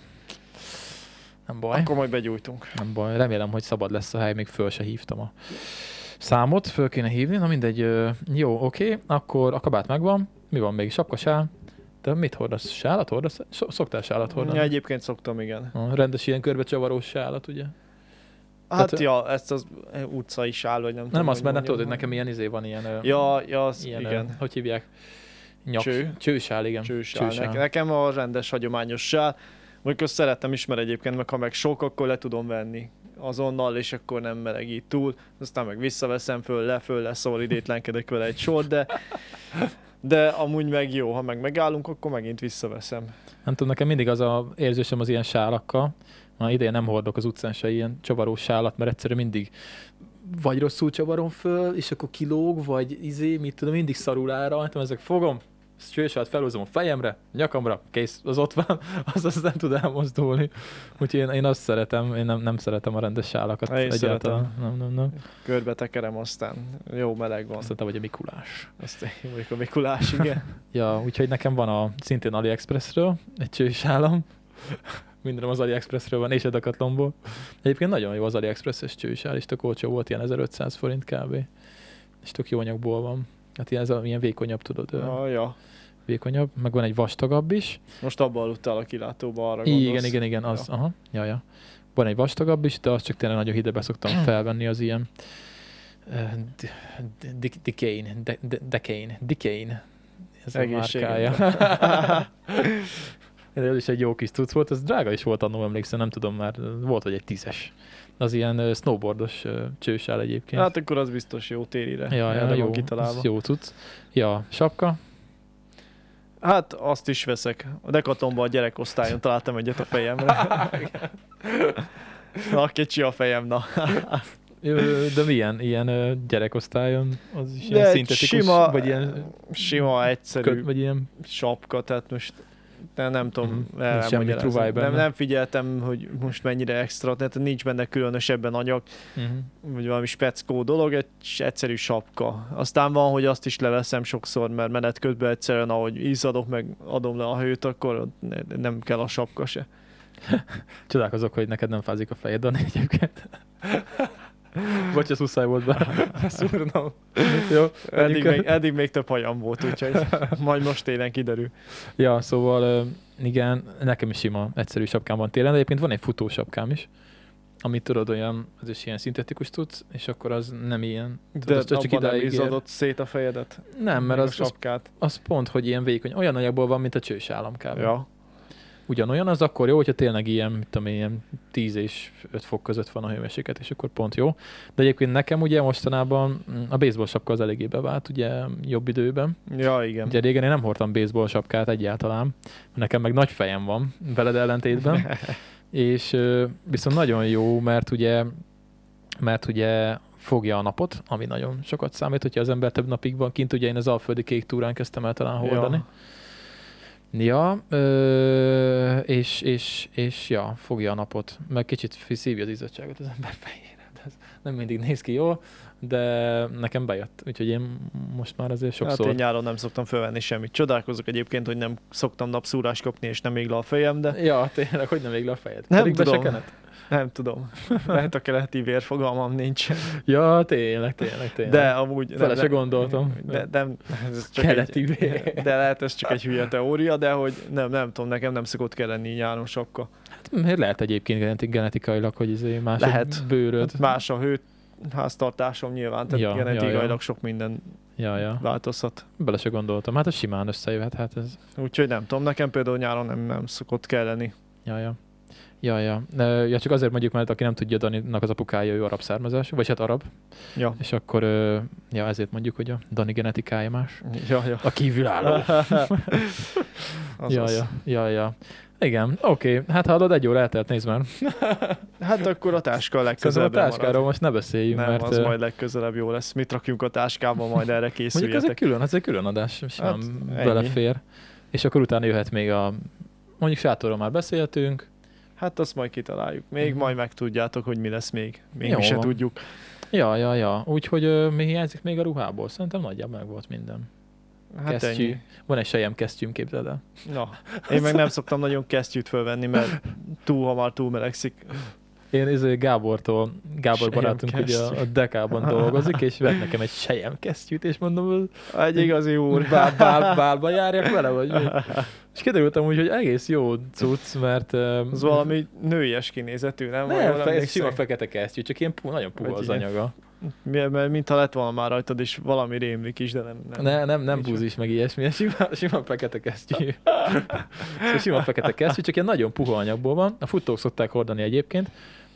S1: Nem baj.
S2: Akkor majd begyújtunk.
S1: Nem baj. Remélem, hogy szabad lesz a hely, még föl se hívtam a számot, föl kéne hívni. Na mindegy, jó, oké. Akkor a kabát megvan. Mi van még? Sapkasál. De mit hordasz? Sálat hordasz? Szoktál sálat hordani?
S2: Ja, egyébként szoktam, igen.
S1: Rendes ilyen körbecsavarós sálat, ugye?
S2: Hát tehát, ja, ezt az utcai sál, vagy nem tudom.
S1: Nem azt, mert nem tudod, hogy nekem ilyen van, ilyen...
S2: Az, igen.
S1: Hogy hívják? Csősál, igen.
S2: Csősál. Nekem a rendes, hagyományos sál. Mondjuk azt szeretem is, mert egyébként meg ha meg sok, akkor le tudom venni azonnal, és akkor nem melegít túl. Aztán meg visszaveszem föl, szóval idétlenkedek vele egy sor, de amúgy meg jó, ha meg megállunk, akkor megint visszaveszem.
S1: Nem tudom, nekem mindig az a érzésem az ilyen sálakkal. Már idén nem hordok az utcán se ilyen csavarós sálat, mert egyszerűen mindig vagy rosszul csavarom föl, és akkor kilóg, vagy mit tudom, mindig szarul áll rajtam, ezek fogom, csősálat felhúzom a fejemre, nyakamra, kész, az ott van, az nem tud elmozdulni. Úgyhogy én azt szeretem, én nem szeretem a rendes sálakat.
S2: Én
S1: egyáltalán. Nem.
S2: Körbe tekerem, aztán jó meleg van.
S1: Aztán te vagy a Mikulás.
S2: Azt én vagyok a Mikulás, igen.
S1: Ja, úgyhogy nekem van szintén AliExpressről egy csősálam. Mindenem az AliExpressről van, és a Decathlonból. Egyébként nagyon jó az AliExpress-es csősál, és tök olcsó volt, ilyen 1500 forint kb. És tök jó anyagból van. Hát ilyen vékonyabb, tudod.
S2: Ja.
S1: Vékonyabb, meg van egy vastagabb is.
S2: Most abban aludtál a kilátóba, arra gondolsz?
S1: Igen, az, ja. Aha, ja. Van egy vastagabb is, de azt csak tényleg nagyon hidegbe szoktam felvenni az ilyen Decane. Ez a márkája. Ez is egy jó kis cucc volt, ez drága is volt annól, emlékszem, nem tudom már, volt, hogy egy 10-es. Az ilyen snowboardos csősál egyébként.
S2: Hát akkor az biztos jó térire.
S1: Ja, jó, az jó cucc. Ja, sapka?
S2: Hát azt is veszek. A Decathlonban a gyerekosztályon találtam egyet a fejemre. Na, kicsi a fejem, na.
S1: De milyen? Ilyen gyerekosztályon? Az is ilyen szintetikus? Vagy ilyen
S2: sima, egyszerű
S1: vagy ilyen
S2: sapka, tehát most nem tudom
S1: nem
S2: figyeltem, hogy most mennyire extra, tehát nincs benne különösebben anyag, vagy valami speckó dolog, egy egyszerű sapka. Aztán van, hogy azt is leveszem sokszor, mert menet közben egyszerűen, ahogy izzadok, meg adom le a hőt, akkor nem kell a sapka se.
S1: Csodálkozok, hogy neked nem fázik a fejed, Dani, egyébként. Vagy az muszáj volt be szúrnom. Jó,
S2: Eddig még több hajam volt, úgyhogy majd most télen kiderül.
S1: Ja, szóval igen, nekem is sima, egyszerű sapkám van télen, de egyébként van egy futósapkám is, amit tudod olyan, az is ilyen szintetikus tudsz, és akkor az nem ilyen.
S2: De az abban nem izzadott szét a fejedet?
S1: Nem, mert az pont, hogy ilyen vékony, olyan anyagból van, mint a csősállam kb.
S2: Ja.
S1: Ugyanolyan, az akkor jó, hogyha tényleg ilyen, mit tudom, ilyen 10 és 5 fok között van a hőmérséklet, és akkor pont jó. De egyébként nekem ugye mostanában a baseball sapka az eléggé bevált, ugye jobb időben.
S2: Ja, igen.
S1: Ugye régen én nem hordtam baseball sapkát egyáltalán, nekem meg nagy fejem van, veled ellentétben. És viszont nagyon jó, mert ugye fogja a napot, ami nagyon sokat számít, hogyha az ember több napig van kint, ugye én az alföldi kék túrán kezdtem el talán hordani. Ja, és ja, fogja a napot, meg kicsit szívja az izzadságot az ember fejére. De ez nem mindig néz ki jól, de nekem bejött, úgyhogy én most már azért sokszor...
S2: Hát én nyáron nem szoktam fölvenni semmit. Csodálkozok egyébként, hogy nem szoktam napszúrást kapni, és nem ég le a fejem, de...
S1: Ja, tényleg, hogy nem ég le a fejed?
S2: Nem tudom. Nem tudom. Lehet a keleti vér, fogalmam nincs.
S1: Ja, tényleg.
S2: De amúgy...
S1: Fele se gondoltam.
S2: Nem, ez csak
S1: keleti vér.
S2: De lehet, ez csak egy hülye teória, de hogy nem tudom, nekem nem szokott kelleni nyáron sapka.
S1: Hát miért lehet egyébként genetikailag, hogy más lehet. A bőröd?
S2: Hát más a háztartásom nyilván, tehát genetikailag sok minden változhat.
S1: Bele se gondoltam, hát ez simán összejöhet, hát ez...
S2: Úgyhogy nem tudom, nekem például nyáron nem szokott kelleni.
S1: Ja, csak azért mondjuk, mert aki nem tudja, Daninak az apukája, ő arab származású, vagy hát arab.
S2: Ja.
S1: És akkor, ezért mondjuk, hogy a Dani genetikája más.
S2: Ja.
S1: A kívülálló. Ja. Igen, oké. Hát hallod, 1 óra eltelt, nézd már.
S2: Hát akkor a táska a legközelebb.
S1: A táskáról most ne beszéljünk,
S2: nem,
S1: mert...
S2: az majd legközelebb jó lesz. Mit rakjunk a táskába, majd erre készüljetek.
S1: Mondjuk ez egy külön adás, simán belefér. És akkor utána jöhet még mondjuk sátorról már beszéltünk.
S2: Hát azt majd kitaláljuk. Még majd megtudjátok, hogy mi lesz még. Még mi se tudjuk.
S1: Ja. Úgyhogy mi hiányzik még a ruhából? Szerintem nagyjából meg volt minden.
S2: Hát
S1: kesztyű.
S2: Ennyi.
S1: Van egy sejem kesztyűm, képzeld el.
S2: Na, én meg nem szoktam nagyon kesztyűt fölvenni, mert hamar túlmelegszik.
S1: Én Gábor barátunk ugye a Dekában dolgozik, és vett nekem egy sejem kesztyűt, és mondom,
S2: egy igazi úr.
S1: Bálba járjak vele, vagy mi? És kiderültem úgy, hogy egész jó cucc, mert...
S2: Az valami nőies kinézetű, nem?
S1: Nem, sima fekete kesztyű, csak ilyen nagyon puha az anyaga.
S2: Mert mintha lett volna már rajtad, és valami rémlik is, de
S1: nem búzis meg ilyesmi, sima fekete kesztyű. Szóval sima fekete kesztyű, csak ilyen nagyon puha anyagból van. A futók szokták hordani egyébként,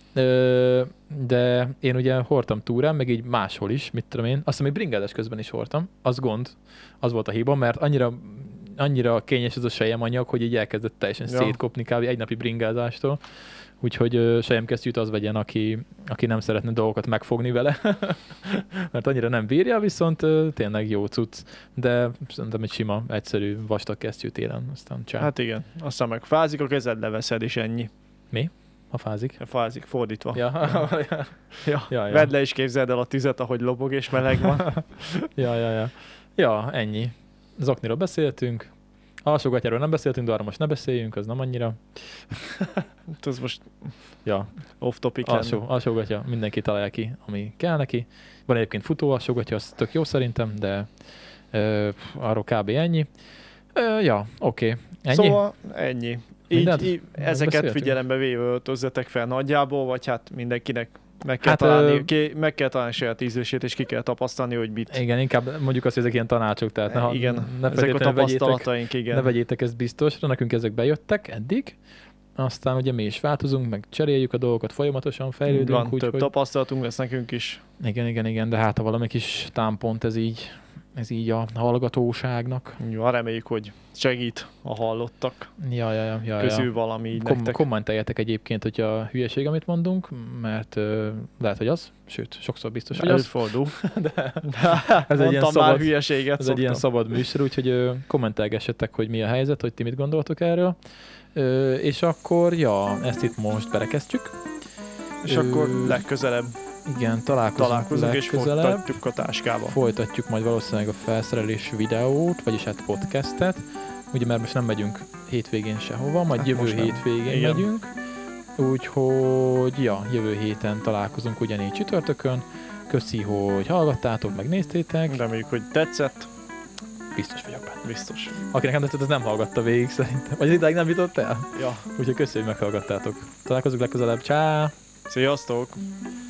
S1: de én ugye hordtam túrán, meg így máshol is, mit tudom én. Azt hiszem, hogy bringázás közben is hordtam. Az volt a hiba, mert annyira kényes ez a selyemanyag, hogy így elkezdett teljesen szétkopni kb. Egy napi bringázástól. Úgyhogy selyemkesztyűt az vegyen, aki nem szeretne dolgokat megfogni vele, mert annyira nem bírja, viszont tényleg jó cucc, de szerintem egy sima, egyszerű, vastag kesztyű télen, aztán csá.
S2: Hát igen, aztán meg fázik, a kezed leveszed, és ennyi.
S1: Mi? A fázik?
S2: A fázik, fordítva.
S1: Ja.
S2: Vedd le és képzeld el a tüzet, ahogy lobog és meleg van.
S1: Ja, ennyi. Zokniról beszéltünk. Alsógatyáról nem beszéltünk, de arra most ne beszéljünk, az nem annyira.
S2: Ez most
S1: off
S2: topic
S1: alsógatya, mindenki találja ki, ami kell neki. Van egyébként futó alsógatya, az tök jó szerintem, de arról kb. Ennyi. Oké. Ennyi?
S2: Szóval ennyi. Így ezeket figyelembe véve öltözzetek fel nagyjából, vagy hát mindenkinek meg kell találni saját ízlését, és ki kell tapasztalni, hogy mit.
S1: Igen, inkább mondjuk azt, hogy ezek ilyen tanácsok, tehát
S2: ezek a tapasztalataink, igen.
S1: Ne vegyétek ezt biztosra, nekünk ezek bejöttek eddig, aztán ugye mi is változunk, meg cseréljük a dolgokat, folyamatosan fejlődünk.
S2: Van, több tapasztalatunk lesz nekünk is.
S1: Igen, de hát valami kis támpont ez így a hallgatóságnak.
S2: Jó, reméljük, hogy segít a hallottak. Közül valami így nektek.
S1: Kommenteljetek egyébként, hogy a hülyeség, amit mondunk, mert lehet, hogy az, sőt, sokszor biztos, hogy az.
S2: Előfordul.
S1: Ez egy ilyen szabad
S2: hülyeséget.
S1: Ez egy ilyen szabad műsor, úgyhogy kommentelgessetek, hogy mi a helyzet, hogy ti mit gondoltok erről. És akkor, ezt itt most berekeztjük.
S2: És akkor legközelebb.
S1: Igen, találkozunk
S2: és folytatjuk a táskába.
S1: Folytatjuk majd valószínűleg a felszerelés videót, vagyis hát podcastet. Ugye mert most nem megyünk hétvégén sehova, majd jövő hétvégén megyünk. Úgyhogy, ja, jövő héten találkozunk ugyanígy csütörtökön. Köszi, hogy hallgattátok, megnéztétek.
S2: Reméljük, hogy tetszett.
S1: Biztos vagyok benne.
S2: Biztos.
S1: Akinek nem tetszett, az nem hallgatta végig szerintem. Vagy idáig nem jutott el?
S2: Ja.
S1: Úgyhogy köszi, hogy meghallgattátok. Találkozunk legközelebb. Csá!
S2: Sziasztok!